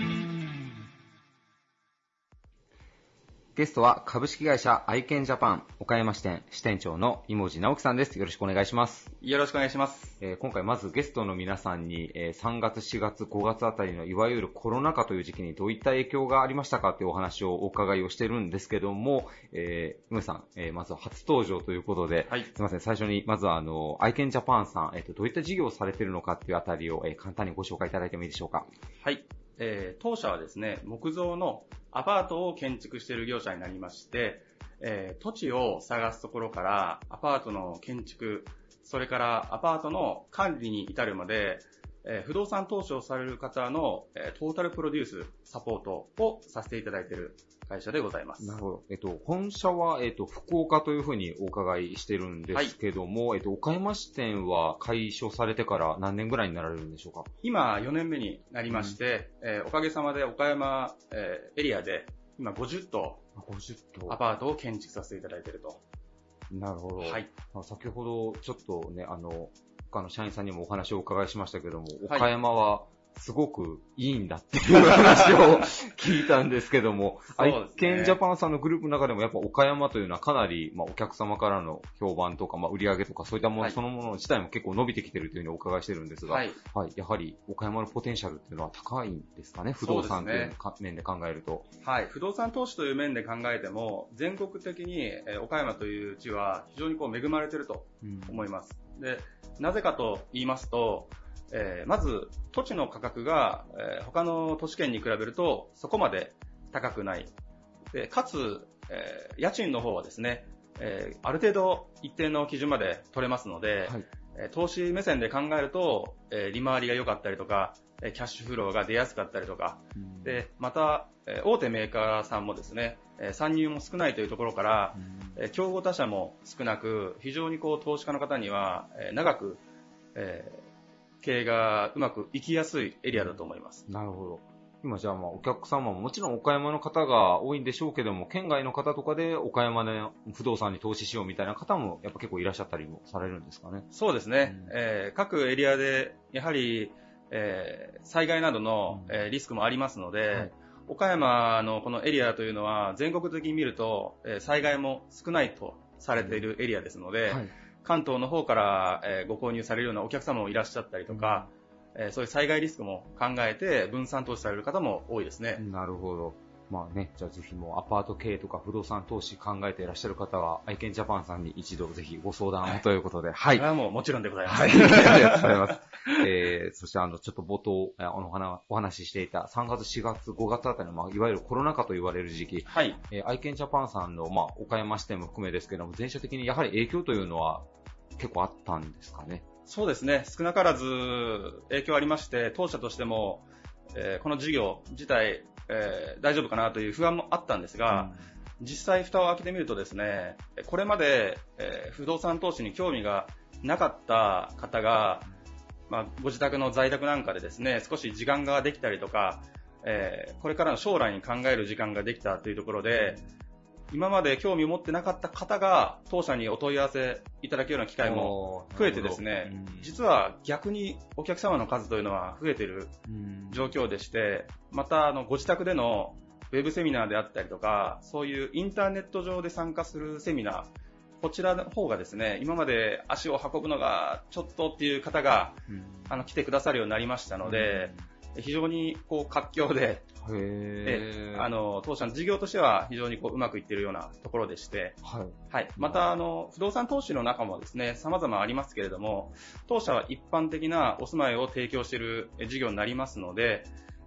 ゲストは株式会社愛犬ジャパン岡山支店支店長の井文字直樹さんです。よろしくお願いします。 よろしくお願いします。 えー、今回まずゲストの皆さんに、えー、さんがつ、しがつ、ごがつあたりのいわゆるコロナ禍という時期にどういった影響がありましたかというお話をお伺いをしているんですけども、えー、井文字さん、えー、まずは初登場ということで、はい、すみません、最初にまずはあの愛犬ジャパンさん、えーと、どういった事業をされているのかというあたりを、えー、簡単にご紹介いただいてもいいでしょうか。 はい。えー、当社はですね、木造のアパートを建築している業者になりまして、えー、土地を探すところからアパートの建築、それからアパートの管理に至るまで、えー、不動産投資をされる方の、えー、トータルプロデュース、サポートをさせていただいている会社でございます。 なるほど。えっと、本社は、えっと、福岡というふうにお伺いしてるんですけども、はい、えっと、岡山支店は開所されてから何年ぐらいになられるんでしょうか。 今、よねんめになりまして、うん、えー、おかげさまで岡山、えー、エリアで、今ごじゅっとうアパートを建築させていただいていると。 なるほど。はい。先ほどちょっとね、あの、他の社員さんにもお話をお伺いしましたけども、はい、岡山はすごくいいんだっていう話を聞いたんですけども、愛犬ジャパンさんのグループの中でもやっぱ岡山というのはかなり、まあ、お客様からの評判とか、まあ、売り上げとかそういったもの、はい、そのもの自体も結構伸びてきているというふうにお伺いしてるんですが、はい。はい、やはり岡山のポテンシャルっていうのは高いんですかね、不動産という面で考えると。 はい、不動産投資という面で考えても、全国的に、えー、岡山という地は非常にこう恵まれていると思います。うん、で、なぜかと言いますと、えー、まず土地の価格が、えー、他の都市圏に比べるとそこまで高くない。で、かつ、えー、家賃の方はですね、えー、ある程度一定の基準まで取れますので、はい、えー、投資目線で考えると、えー、利回りが良かったりとか、えー、キャッシュフローが出やすかったりとか、うん、で、また、えー、大手メーカーさんもですね、えー、参入も少ないというところから、うん、えー、競合他社も少なく、非常にこう投資家の方には、えー、長く、えー経営がうまくいきやすいエリアだと思います。 なるほど。今じゃあまあお客様ももちろん岡山の方が多いんでしょうけども、県外の方とかで岡山の不動産に投資しようみたいな方もやっぱ結構いらっしゃったりもされるんですかね。 そうですね。うん、えー、各エリアでやはり、えー、災害などの、うん、えー、リスクもありますので、はい、岡山のこのエリアというのは全国的に見ると、えー、災害も少ないとされているエリアですので、うん、はい、関東の方から、えー、ご購入されるようなお客様もいらっしゃったりとか、うん、えー、そういう災害リスクも考えて分散投資される方も多いですね。 なるほど。まあね、じゃあぜひもうアパート経営とか不動産投資考えていらっしゃる方は愛犬ジャパンさんに一度ぜひご相談を、はい、ということで、はい。 それはもうもちろんでございます。 はい、ありがとうございます。えー、そしてあのちょっと冒頭あのお話ししていたさんがつ、しがつ、ごがつあたりの、まあ、いわゆるコロナ禍と言われる時期、はい、えー、愛犬ジャパンさんの、まあ、岡山支店も含めですけども、全社的にやはり影響というのは結構あったんですかね。 そうですね。少なからず影響ありまして、当社としても、えー、この事業自体、えー、大丈夫かなという不安もあったんですが、うん、実際蓋を開けてみるとですね、これまで、えー、不動産投資に興味がなかった方が、まあ、ご自宅の在宅なんかでですね、少し時間ができたりとか、えー、これからの将来に考える時間ができたというところで、今まで興味を持ってなかった方が当社にお問い合わせいただくような機会も増えてですね、うん、実は逆にお客様の数というのは増えている状況でして、またあのご自宅でのウェブセミナーであったりとか、そういうインターネット上で参加するセミナー、こちらの方がですね、今まで足を運ぶのがちょっとっていう方が、うん、あの来てくださるようになりましたので、うん、非常にこう活況で、へー、あの当社の事業としては非常にこううまくいっているようなところでして、はいはい、またあの不動産投資の中もですね、様々ありますけれども、当社は一般的なお住まいを提供している事業になりますので、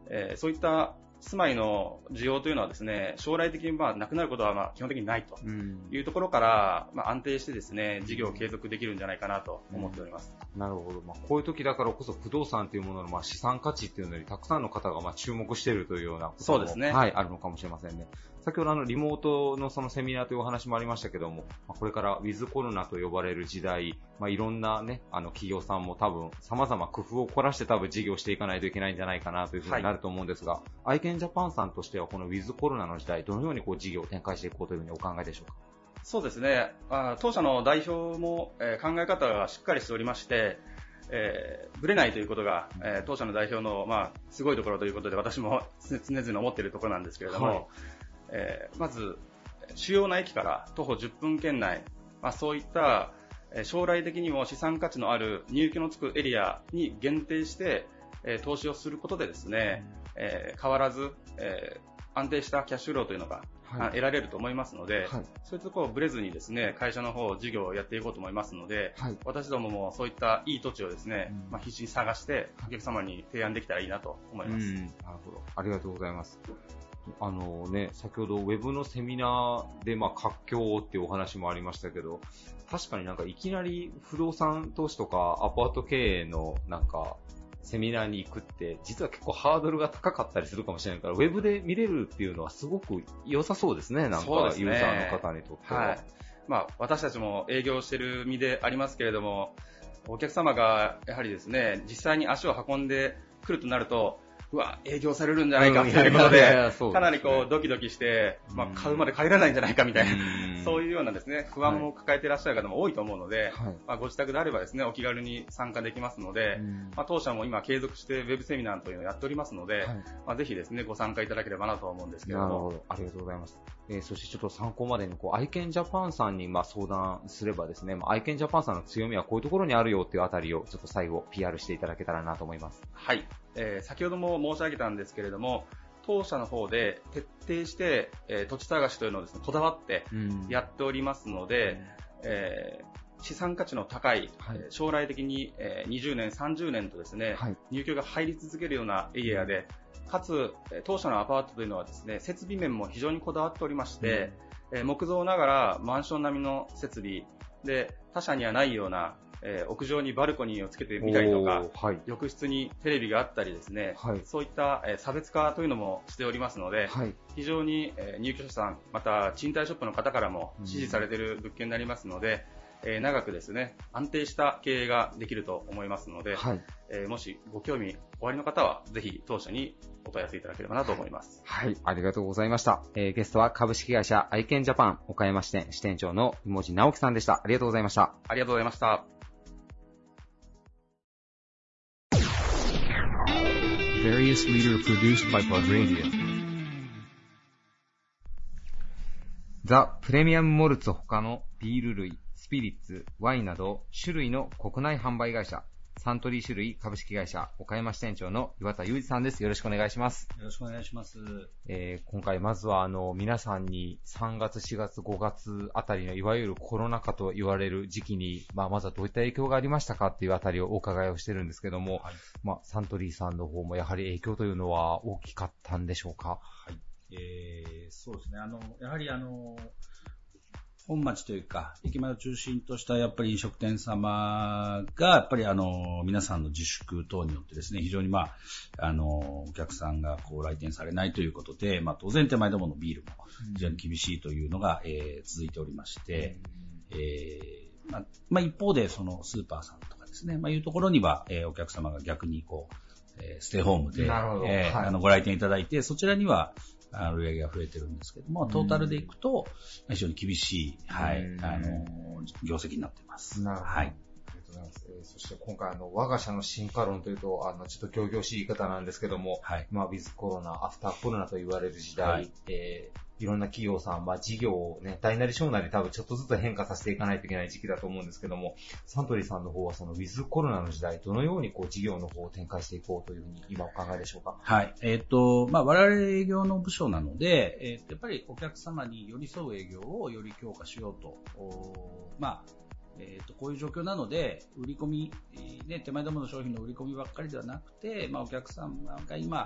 えー、そういった住まいの需要というのはですね、将来的にまあなくなることはまあ基本的にないというところから、まあ、安定してですね、事業を継続できるんじゃないかなと思っております。 うん、なるほど。まあ、こういう時だからこそ不動産というもののまあ資産価値っていうのにたくさんの方がまあ注目しているというようなことも、 そうですね。 はい、あるのかもしれませんね。先ほどあのリモートのそのセミナーというお話もありましたけども、これからウィズコロナと呼ばれる時代、まあ、いろんなね、あの企業さんも多分様々工夫を凝らして多分事業していかないといけないんじゃないかなというふうになると思うんですが、はい、アイケンジャパンさんとしてはこのウィズコロナの時代、どのようにこう事業を展開していこうというふうにお考えでしょうか。 そうですね。あ、当社の代表も、えー、考え方がしっかりしておりまして、えー、ぶれないということが、えー、当社の代表の、まあ、すごいところということで私も常々思っているところなんですけれども、はい、えー、まず主要な駅から徒歩じゅっぷん圏内、まあ、そういった将来的にも資産価値のある入居のつくエリアに限定して、えー、投資をすることでですね、えー、変わらず、えー、安定したキャッシュフローというのが、はい、得られると思いますので、はい、そういったところをブレずにですね、会社の方事業をやっていこうと思いますので、はい、私どももそういったいい土地をですね、うん、まあ、必死に探してお客様に提案できたらいいなと思います。うん、なるほど。ありがとうございます。あのね、先ほどウェブのセミナーでまあ活況っていうお話もありましたけど、確かになんかいきなり不動産投資とかアパート経営のなんかセミナーに行くって実は結構ハードルが高かったりするかもしれないから、ウェブで見れるっていうのはすごく良さそうですね。なんかユーザーの方にとっては。はい、 まあ私たちも営業してる身でありますけれども、お客様がやはりですね、実際に足を運んでくるとなると、うわ、営業されるんじゃないかということで、かなりこうドキドキして、まあ、買うまで帰らないんじゃないかみたいな、そういうようなですね、不安も抱えていらっしゃる方も多いと思うので、はい、まあ、ご自宅であればですね、お気軽に参加できますので、まあ、当社も今継続してウェブセミナーというのをやっておりますので、はい、まあ、ぜひですね、ご参加いただければなと思うんですけれども。 なるほど。ありがとうございます。えー、そしてちょっと参考までに、こう、アイケンジャパンさんにまあ相談すればですね、まあ、アイケンジャパンさんの強みはこういうところにあるよっていうあたりを、ちょっと最後 ピーアール していただけたらなと思います。 はい。えー、先ほども申し上げたんですけれども、当社の方で徹底して、えー、土地探しというのをですね、こだわってやっておりますので、うん、えー、資産価値の高い、はい、将来的に、えー、にじゅうねん、さんじゅうねんとですね、はい、入居が入り続けるようなエリアで、かつ、当社のアパートというのはですね、設備面も非常にこだわっておりまして、うん、えー、木造ながらマンション並みの設備で、他社にはないようなえー、屋上にバルコニーをつけてみたりとか、はい、浴室にテレビがあったりですね、はい、そういった、えー、差別化というのもしておりますので、はい、非常に、えー、入居者さん、また賃貸ショップの方からも支持されている物件になりますので、うん、えー、長くですね、安定した経営ができると思いますので、はい、えー、もしご興味おありの方は、ぜひ当社にお問い合わせいただければなと思います。 はい、ありがとうございました。えー、ゲストは株式会社アイケンジャパン岡山支店支店長の井文直樹さんでした。ありがとうございました。 ありがとうございました。 Various Leader produced by Pod Radio。 ザ・プレミアムモルツ他のビール類、スピリッツ、ワインなど種類の国内販売会社サントリー種類株式会社岡山支店長の岩田裕二さんです。よろしくお願いします。 よろしくお願いします。 えー、今回まずはあの皆さんにさんがつ、しがつ、ごがつあたりのいわゆるコロナ禍と言われる時期に、まあ、まずはどういった影響がありましたかっていうあたりをお伺いをしてるんですけども、はい、まあ、サントリーさんの方もやはり影響というのは大きかったんでしょうか。 はい。えー、そうですね。あの、やはりあの、本町というか、駅前を中心としたやっぱり飲食店様が、やっぱりあの、皆さんの自粛等によってですね、非常にまあ、あの、お客さんがこう来店されないということで、まあ当然手前どものビールも非常に厳しいというのが、うん、えー、続いておりまして、うん、えー、まあ、まあ一方でそのスーパーさんとかですね、まあいうところには、えー、お客様が逆にこう、えー、ステイホームで、 なるほど、 えーはい、あのご来店いただいて、そちらには、あの売り上げが増えてるんですけども、トータルでいくと非常に厳しい、はい、あの業績になっています。 なるほど。はい。ありがとうございます。えー、そして今回あの我が社の進化論というとあのちょっと仰々しい言い方なんですけども、はい、まあウィズコロナ、アフターコロナと言われる時代、はい、えーいろんな企業さん、まあ事業をね、大なり小なり多分ちょっとずつ変化させていかないといけない時期だと思うんですけども、サントリーさんの方はそのウィズコロナの時代、どのようにこう事業の方を展開していこうというふうに今お考えでしょうか。 はい。えっと、まあ我々営業の部署なので、えー、やっぱりお客様に寄り添う営業をより強化しようと、まあ、えーと、こういう状況なので、売り込み、ね、手前どもの商品の売り込みばっかりではなくて、まあお客様が今、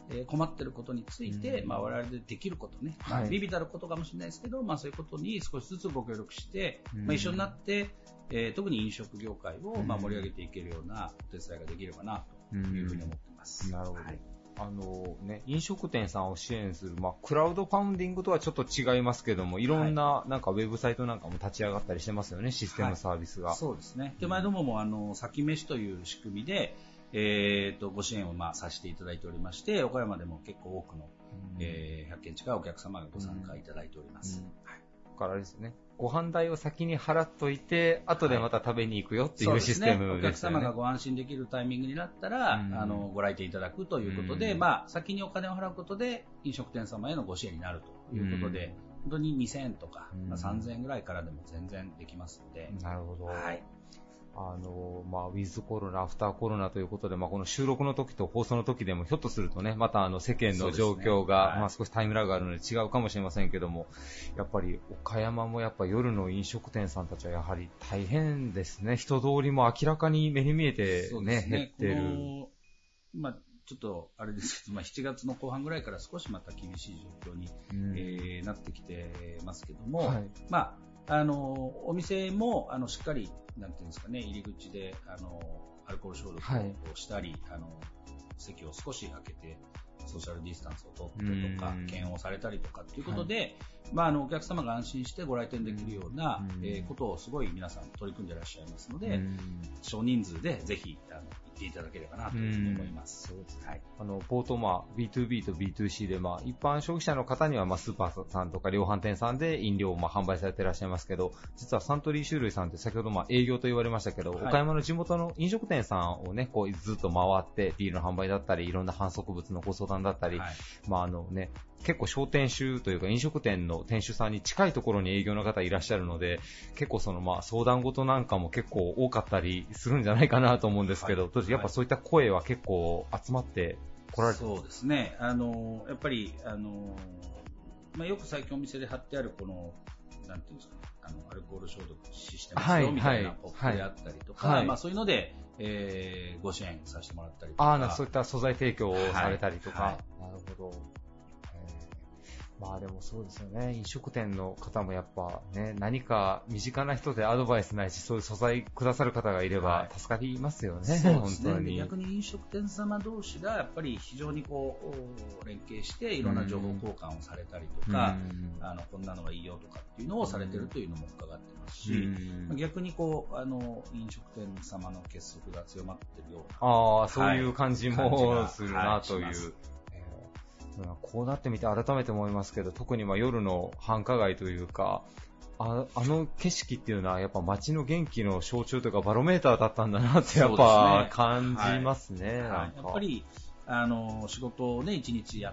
えー、困ってることについて、うん、まあ、我々でできることね、まあ、ビビたることかもしれないですけど、まあ、そういうことに少しずつご協力して、うん、まあ、一緒になって、えー、特に飲食業界を、まあ、盛り上げていけるようなお手伝いができればなというふうに思ってます。 うん、なるほど。はい、あのね、飲食店さんを支援する、まあ、クラウドファンディングとはちょっと違いますけども、いろんな、はい、なんかウェブサイトなんかも立ち上がったりしてますよね、システムサービスが。 はい、そうですね。手前どもも、あの、先飯という仕組みで、えーと、ご支援をまあさせていただいておりまして、岡山でも結構多くの、うん、えー、ひゃっけん近いお客様がご参加いただいております。うんうん、はい。 だからあれですね。ご飯代を先に払っといて、後でまた食べに行くよっていうシステムですね。はい、 お客様がご安心できるタイミングになったら、うん、あの、ご来店いただくということで、うん、まあ、先にお金を払うことで、飲食店様へのご支援になるということで、うん、本当ににせんえんとか、まあ、さんぜんえんぐらいからでも全然できますので。 なるほど。 はい。 あの、まあ、ウィズコロナ、アフターコロナということで、まあ、この収録の時と放送の時でも、ひょっとするとね、またあの、世間の状況が、ね、はい、まあ、少しタイムラグがあるので違うかもしれませんけども、やっぱり、岡山もやっぱ夜の飲食店さんたちはやはり大変ですね。人通りも明らかに目に見えてね、ね減ってる。 まあ、ちょっと、あれですけど、まあ、しちがつの後半ぐらいから少しまた厳しい状況に、うん、えー、なってきてますけども、はい、まあ、あの、お店も、あの、しっかり、なんていうんですかね、入り口で、あの、アルコール消毒をしたり、はい、あの、席を少し開けて、ソーシャルディスタンスを取ってとか、検温されたりとかっていうことで、はい、まあ、あの、お客様が安心してご来店できるような、えー、ことをすごい皆さん取り組んでいらっしゃいますので、少人数でぜひ、あの、行っていただければなというふうに思います。 そうですね。はい。あの、冒頭、まあ、ビーツービー と ビーツーシー で、まあ、一般消費者の方には、まあ、スーパーさんとか量販店さんで飲料をまあ販売されていらっしゃいますけど、実はサントリー酒類さんって先ほどまあ営業と言われましたけど、はい、岡山の地元の飲食店さんをね、こうずっと回って、ビールの販売だったり、いろんな販促物のご相談だったり、はい、まああのね、結構商店主というか飲食店の店主さんに近いところに営業の方いらっしゃるので、結構そのまあ相談事なんかも結構多かったりするんじゃないかなと思うんですけど、はい、やっぱそういった声は結構集まって来られてますか？ そうですね。あの、やっぱり、あの、まあ、よく最近お店で貼ってあるこの、なんていうんですか、あの、アルコール消毒システムですよ、みたいなポップであったりとか、はい、まあそういうので、えー、ご支援させてもらったりとか。 ああ、そういった素材提供をされたりとか。はいはい、なるほど。まあでもそうですよね。飲食店の方もやっぱね、何か身近な人でアドバイスないし、そういう素材くださる方がいれば助かりますよね。はい、 そうですね。 本当に。 逆に飲食店様同士がやっぱり非常にこう、連携していろんな情報交換をされたりとか、あの、こんなのがいいよとかっていうのをされてるというのも伺ってますし、逆にこう、あの、飲食店様の結束が強まってるような。 ああ、そういう感じもするなという。はい、こうなってみて改めて思いますけど、特にまあ夜の繁華街というか、あ, あの景色っていうのはやっぱ街の元気の象徴というかバロメーターだったんだなってやっぱ感じますね。 はいはい、やっぱりあの仕事をね一日やって、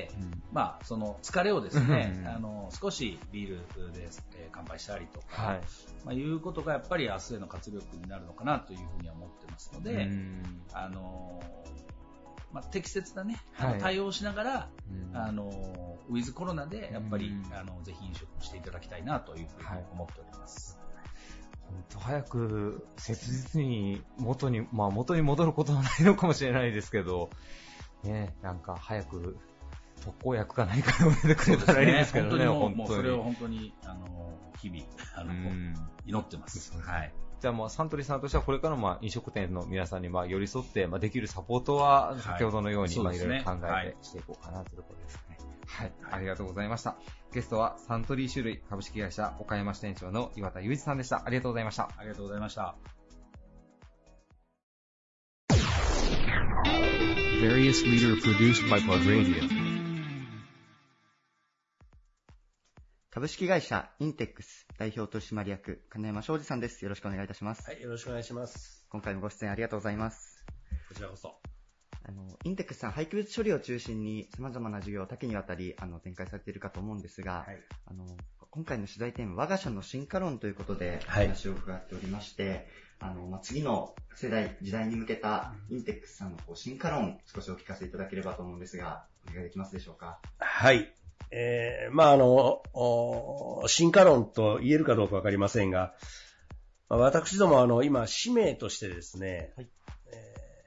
うん、まあその疲れをですね、あの少しビールで、えー、乾杯したりとか、はい、まあいうことがやっぱり明日への活力になるのかなというふうには思ってますので、あのまあ、適切なね、あの対応しながら、はい、あのウィズコロナでやっぱり、うん、あのぜひ飲食していただきたいなというふうに思っております。 本当早く切実に元に、まあ、元に戻ることはないのかもしれないですけど、ね、なんか早く特効薬がないから出てくれたらいいですけどね、 本当にもうそれを本当にあの日々あの祈ってます。はい。 じゃあもうサントリーさんとしてはこれからもまあ飲食店の皆さんにまあ寄り添ってまあできるサポートは先ほどのようにまあいろいろ考えてしていこうかなというところですね。はい、ありがとうございました。ゲストはサントリー酒類株式会社岡山支店長の岩田裕二さんでした。ありがとうございました。 ありがとうございました。 Various Leader Produced by Pod Radio。 株式会社インテックス代表取締役金山昌司さんです。よろしくお願いいたします。 はい、よろしくお願いします。 今回もご出演ありがとうございます。 こちらこそ。 あのインテックスさん、廃棄物処理を中心に様々な事業を多岐にわたりあの展開されているかと思うんですが、はい、あの今回の取材テーマ、我が社の進化論ということで話を伺っておりまして、はい、あのまあ、次の世代時代に向けたインテックスさんのこう進化論少しお聞かせいただければと思うんですが、お願いできますでしょうか。 はい。えー、まあ、あの、進化論と言えるかどうかわかりませんが、まあ、私どもあの、今、使命としてですね、はい、え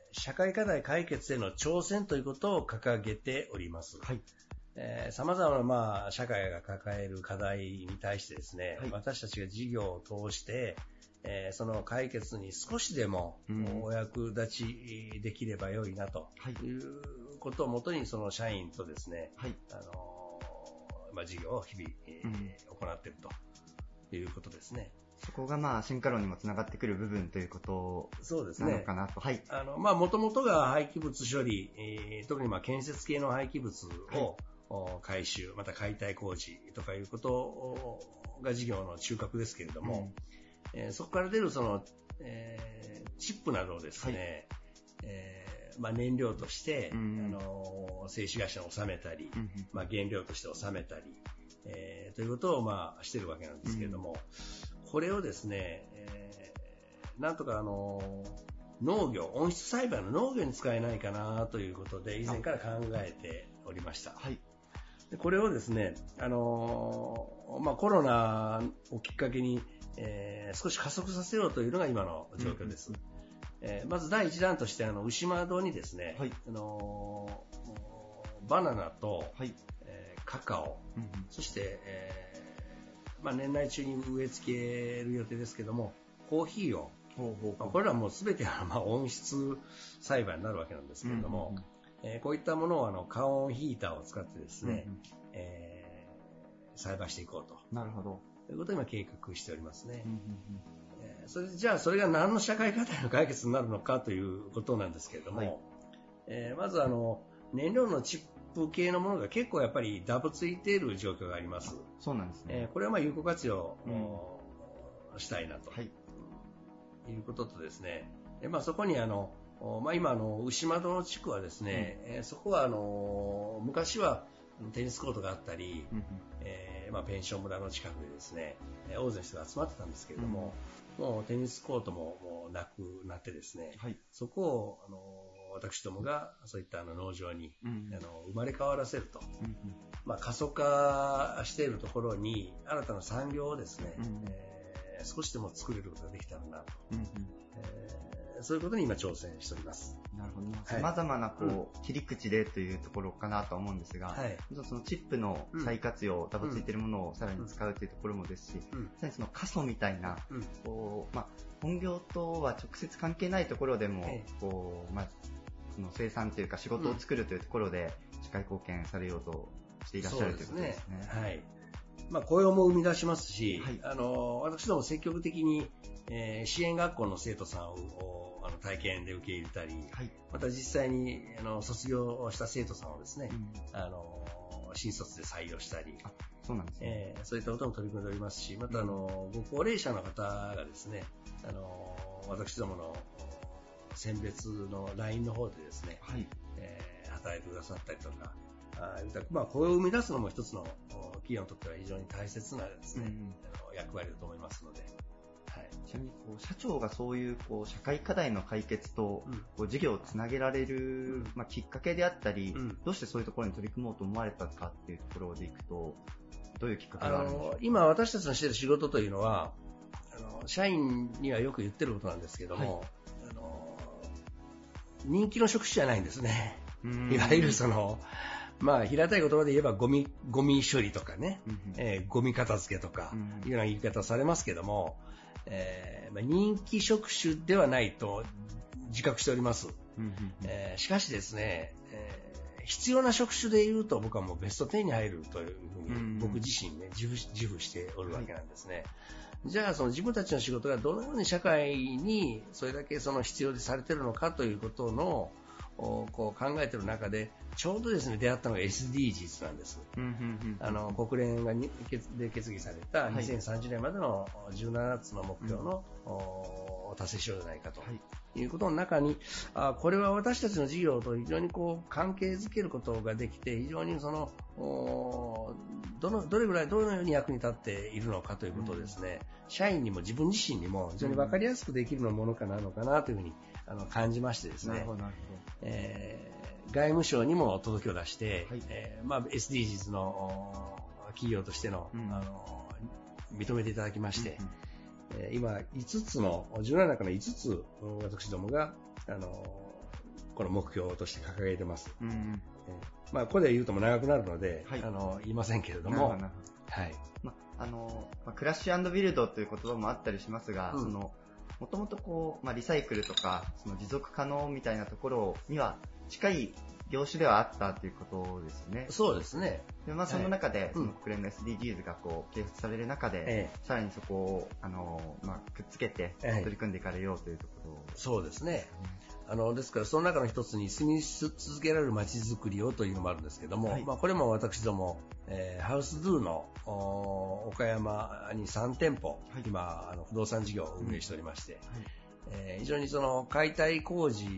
社会課題解決への挑戦ということを掲げております。はい。えー、様々な、まあ、社会が抱える課題に対してですね、はい、私たちが事業を通して、えー、その解決に少しでもお役立ちできればよいなということをもとに、その社員とですね、はい、あのー、まあ、事業を日々、えーうん、行っているということですね。 そこがまあ進化論にもつながってくる部分ということなのかなと。 はい。あの、まあ、もともとが廃棄物処理、えー、特にまあ建設系の廃棄物を、はい、回収、また解体工事とかいうことが事業の中核ですけれども、うんえー、そこから出るその、えー、チップなどをですね、はいえーまあ、燃料として、うん、あの製紙会社に納めたり、うんまあ、原料として納めたり、えー、ということをまあしているわけなんですけれども、うん、これをですね、えー、なんとかあの農業、温室栽培の農業に使えないかなということで以前から考えておりました。はいでこれをですね、あのーまあ、コロナをきっかけに、えー、少し加速させようというのが今の状況です。うんえー、まず第一弾としてあの牛窓にですね、はいあのー、バナナと、はいえー、カカオ、うん、そして、えーまあ、年内中に植え付ける予定ですけども、コーヒーを、ほうほうまあ、これらもうすべてはまあ温室栽培になるわけなんですけれども、うんうんえー、こういったものをあの加温ヒーターを使ってですね、うんうんえー、栽培していこうと。 なるほど。 ということを今計画しておりますね。うんうんうんえー、それでじゃあそれが何の社会課題の解決になるのかということなんですけれども、はいえー、まずあの燃料のチップ系のものが結構やっぱりダブついている状況があります。 そうなんですね。 えー、これはまあ有効活用、うん、したいなと、はい、いうこととですね、でまあ、そこにあのまあ、今あの牛窓の地区はですね、うんえー、そこはあの昔はテニスコートがあったり、うんえーまあ、ペンション村の近くでですね大勢の人が集まってたんですけれども、うん、もうテニスコートももうなくなってですね、はい、そこをあの私どもがそういったあの農場に、うん、あの生まれ変わらせると、うんまあ、過疎化しているところに新たな産業をですね、うんえー、少しでも作れることができたらなと、うんえーそういうことに今挑戦しております。 なるほど、ね。様々なこう、うん、切り口でというところかなと思うんですが、はい、そのチップの再活用、うん、ダブついているものをさらに使うというところもですし、うん、さらにその過疎みたいな、うん、こうまあ、本業とは直接関係ないところでも、ええ、こうまあ、その生産というか仕事を作るというところで社会貢献されようとしていらっしゃるということですね。 そうですね。はい。まあ、雇用も生み出しますし、はい、あの私ども積極的に、えー、支援学校の生徒さんをあの体験で受け入れたり、はい、また実際にあの卒業した生徒さんをですね、うん、あの新卒で採用したり、 あそうなんですね、 えー、そういったことも取り組んでおりますし、またあの、うん、ご高齢者の方がですね、あの私どもの選別の ライン の方でですね、はいえー、働いてくださったりとか、あまあ、雇用を生み出すのも一つの企業にとっては非常に大切なですね、うん、あの役割だと思いますので、 はい、ちなみにこう社長がそういうこう社会課題の解決とこう事業をつなげられる、うんまあ、きっかけであったり、うん、どうしてそういうところに取り組もうと思われたかっていうところでいくとどういうきっかけがあるんでしょうか。 今私たちのしている仕事というのはあの社員にはよく言ってることなんですけども、はい、あの人気の職種じゃないんですね。いわゆるそのまあ、平たい言葉で言えばゴミ、ゴミ処理とかね、うんえー、ゴミ片付けとか、いうような言い方をされますけども、えーまあ、人気職種ではないと自覚しております。うんえー、しかしですね、えー、必要な職種で言うと僕はもうベストじゅうに入るというふうに僕自身ね、自負、自負しておるわけなんですね。はい、じゃあその自分たちの仕事がどのように社会にそれだけその必要でされているのかということのこう考えている中でちょうどですね出会ったのが エスディージーズ なんです、うんうんうん、あの国連がにで決議されたにせんさんじゅうねんまでのじゅうななつの目標の、うん、達成しようじゃないかと、はい、いうことの中にあこれは私たちの事業と非常にこう関係づけることができて非常にそのどのどれぐらいどのように役に立っているのかということをですね、うん、社員にも自分自身にも非常に分かりやすくできるものかなのかなというふうにあの感じましてですね、なるほどなるほど、えー、外務省にも届けを出して、はいえーまあ、エスディージーズ の企業としての、うん、あの認めていただきまして、うんうん、えー、今いつつのじゅうななの中のいつつ私どもがあのこの目標として掲げてます。うん、えー、まあ、ここで言うとも長くなるので、はい、あの言いませんけれども、はい。 まあのまあ、クラッシュ&ビルドという言葉もあったりしますが、うん、そのもともとこう、まあ、リサイクルとかその持続可能みたいなところには近い業種ではあったということですね。 そうですね。 で、まあ、その中で、はい、その国連の エスディージーズ がこう啓発される中で、ええ、さらにそこをあの、まあ、くっつけて取り組んでいかれようというところ、 ええ、そうですね。あのですからその中の一つに住み続けられる街づくりをというのもあるんですけども、はい、まあ、これも私ども、えー、ハウスドゥの岡山にさん店舗、はい、今あの不動産事業を運営しておりまして、はい、えー、非常にその解体工事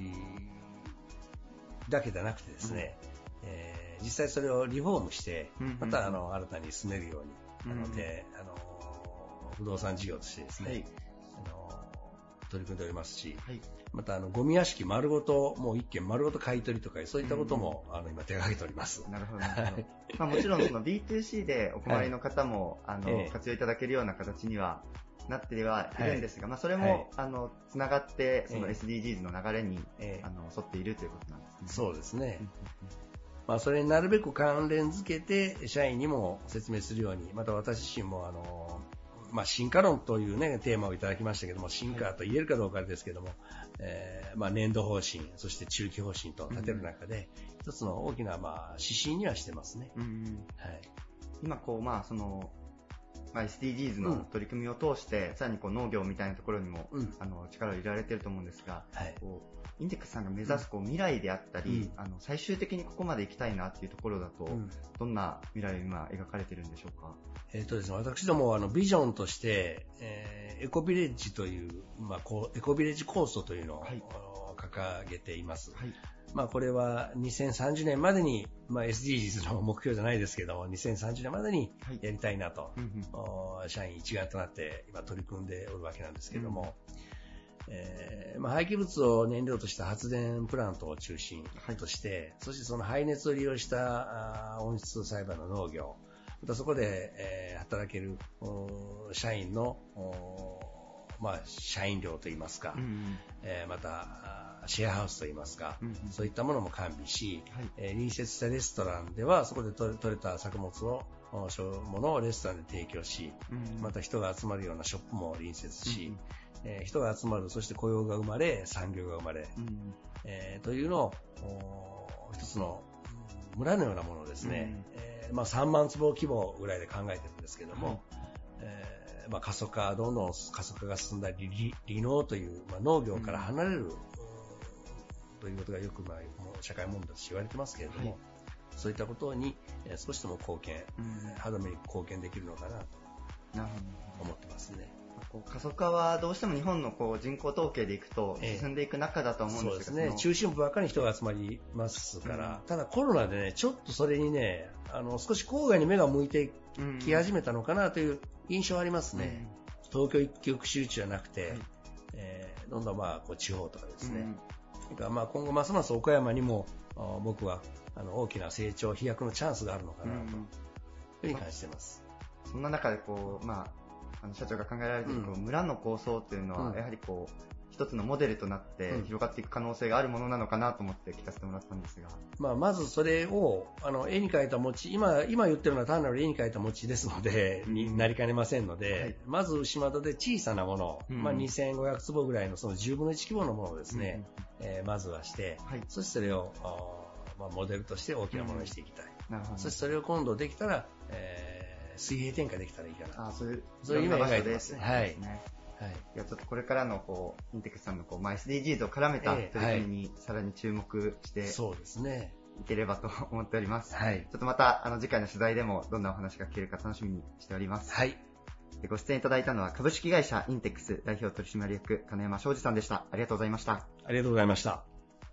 だけではなくてですね、うん、えー、実際それをリフォームしてまたあの新たに住めるように、うん、なのであの不動産事業としてですね、はい、あの取り組んでおりますし、はい、またあのゴミ屋敷丸ごともう一軒丸ごと買い取りとかそういったことも、うん、あの今手がけております。 なるほど、なるほど。まあ、もちろんその ビーツーシー でお困りの方も、はい、あの、ええ、活用いただけるような形にはなってはいるんですが、はい、まあ、それも、はい、あのつながってその エスディージーズ の流れに、ええ、あの沿っているということなんですね。 そうですね。まあ、それになるべく関連付けて社員にも説明するように、また私自身もあのまあ、進化論という、ね、テーマをいただきましたけども、進化と言えるかどうかですけども、はい、えーまあ、年度方針、そして中期方針と立てる中で、うん、一つの大きな、まあ、指針にはしてますね。うん、 はい、今こう、まあそのまあ、エスディージーズ の取り組みを通して、うん、さらにこう農業みたいなところにも、うん、あの力を入れられていると思うんですが、はい、こうインテックスさんが目指すこう未来であったり、うん、あの最終的にここまで行きたいなっていうところだと、うん、どんな未来を今描かれているんでしょうか。 えーとですね、私どもあのビジョンとして、えー、エコビレッジという、まあ、こうエコビレッジ構想というのを、はい、掲げています。はい、まあ、これはにせんさんじゅうねんまでに、まあ、エスディージーズ の目標じゃないですけども、にせんさんじゅうねんまでにやりたいなと、はい、社員一丸となって今取り組んでおるわけなんですけども、うん、えーまあ、廃棄物を燃料とした発電プラントを中心として、はい、そしてその排熱を利用した温室栽培の農業、またそこで、えー、働ける社員の、まあ、社員寮といいますか、うん、えー、またシェアハウスといいますか、うん、そういったものも完備し、はい、えー、隣接したレストランではそこで取れた作物をものをレストランで提供し、うん、また人が集まるようなショップも隣接し、うん、えー、人が集まる、そして雇用が生まれ産業が生まれ、うん、えー、というのを一つの村のようなものをですね、うん、えーまあ、さんまんつぼ規模ぐらいで考えてるんですけども、はい、えーまあ、過疎化、どんどん過疎化が進んだり、離農という、まあ、農業から離れる、うん、ということがよく、まあ、社会問題として言われてますけれども、はい、そういったことに、えー、少しでも貢献、うん、歯止めに貢献できるのかなと思ってますね。 こう過疎化はどうしても日本のこう人口統計でいくと進んでいく中だと思うんですけど、 ええ、そうですね、中心部ばっかり人が集まりますから、うん、ただコロナでねちょっとそれにねあの少し郊外に目が向いてき始めたのかなという印象はありますね、うん、東京一極集中じゃなくて、はい、えー、どんどんまあこう地方とかですね、うん、だからまあ今後ますます岡山にも僕はあの大きな成長飛躍のチャンスがあるのかなというふうに感じています、 うん、そんな中でこう、まああの社長が考えられているこう村の構想っていうのはやはりこう一つのモデルとなって広がっていく可能性があるものなのかなと思って聞かせてもらったんですが、 まあ、まずそれをあの絵に描いた餅、今今言ってるのは単なる絵に描いた餅ですのでになりかねませんので、はい、まず島田で小さなもの、うん、まあ、にせんごひゃくつぼぐらいのそのじゅうぶんのいち規模のものをですね、うん、えー、まずはして、はい、そしてそれを、まあ、モデルとして大きなものにしていきたい、うん、なるほど。そしてそれを今度できたら、えー水平転嫁できたらいいかな。あ、そういう、 そういう夢を描いてますね。はい。はい。いや、ちょっとこれからの、こう、インテックスさんの、こう、まあ、エスディージーズ を絡めた取り組みに、さらに注目して、 そうですね。 いければと思っております。はい。ちょっとまた、あの、次回の取材でも、どんなお話が聞けるか楽しみにしております。はい。ご出演いただいたのは、株式会社インテックス代表取締役、金山昌司さんでした。ありがとうございました。 ありがとうございました。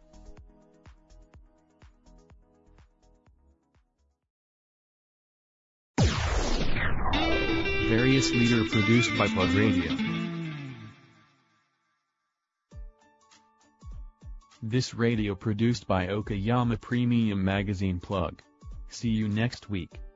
Various Leader produced by Plug Radio. This radio produced by Okayama Premium Magazine Plug. See you next week.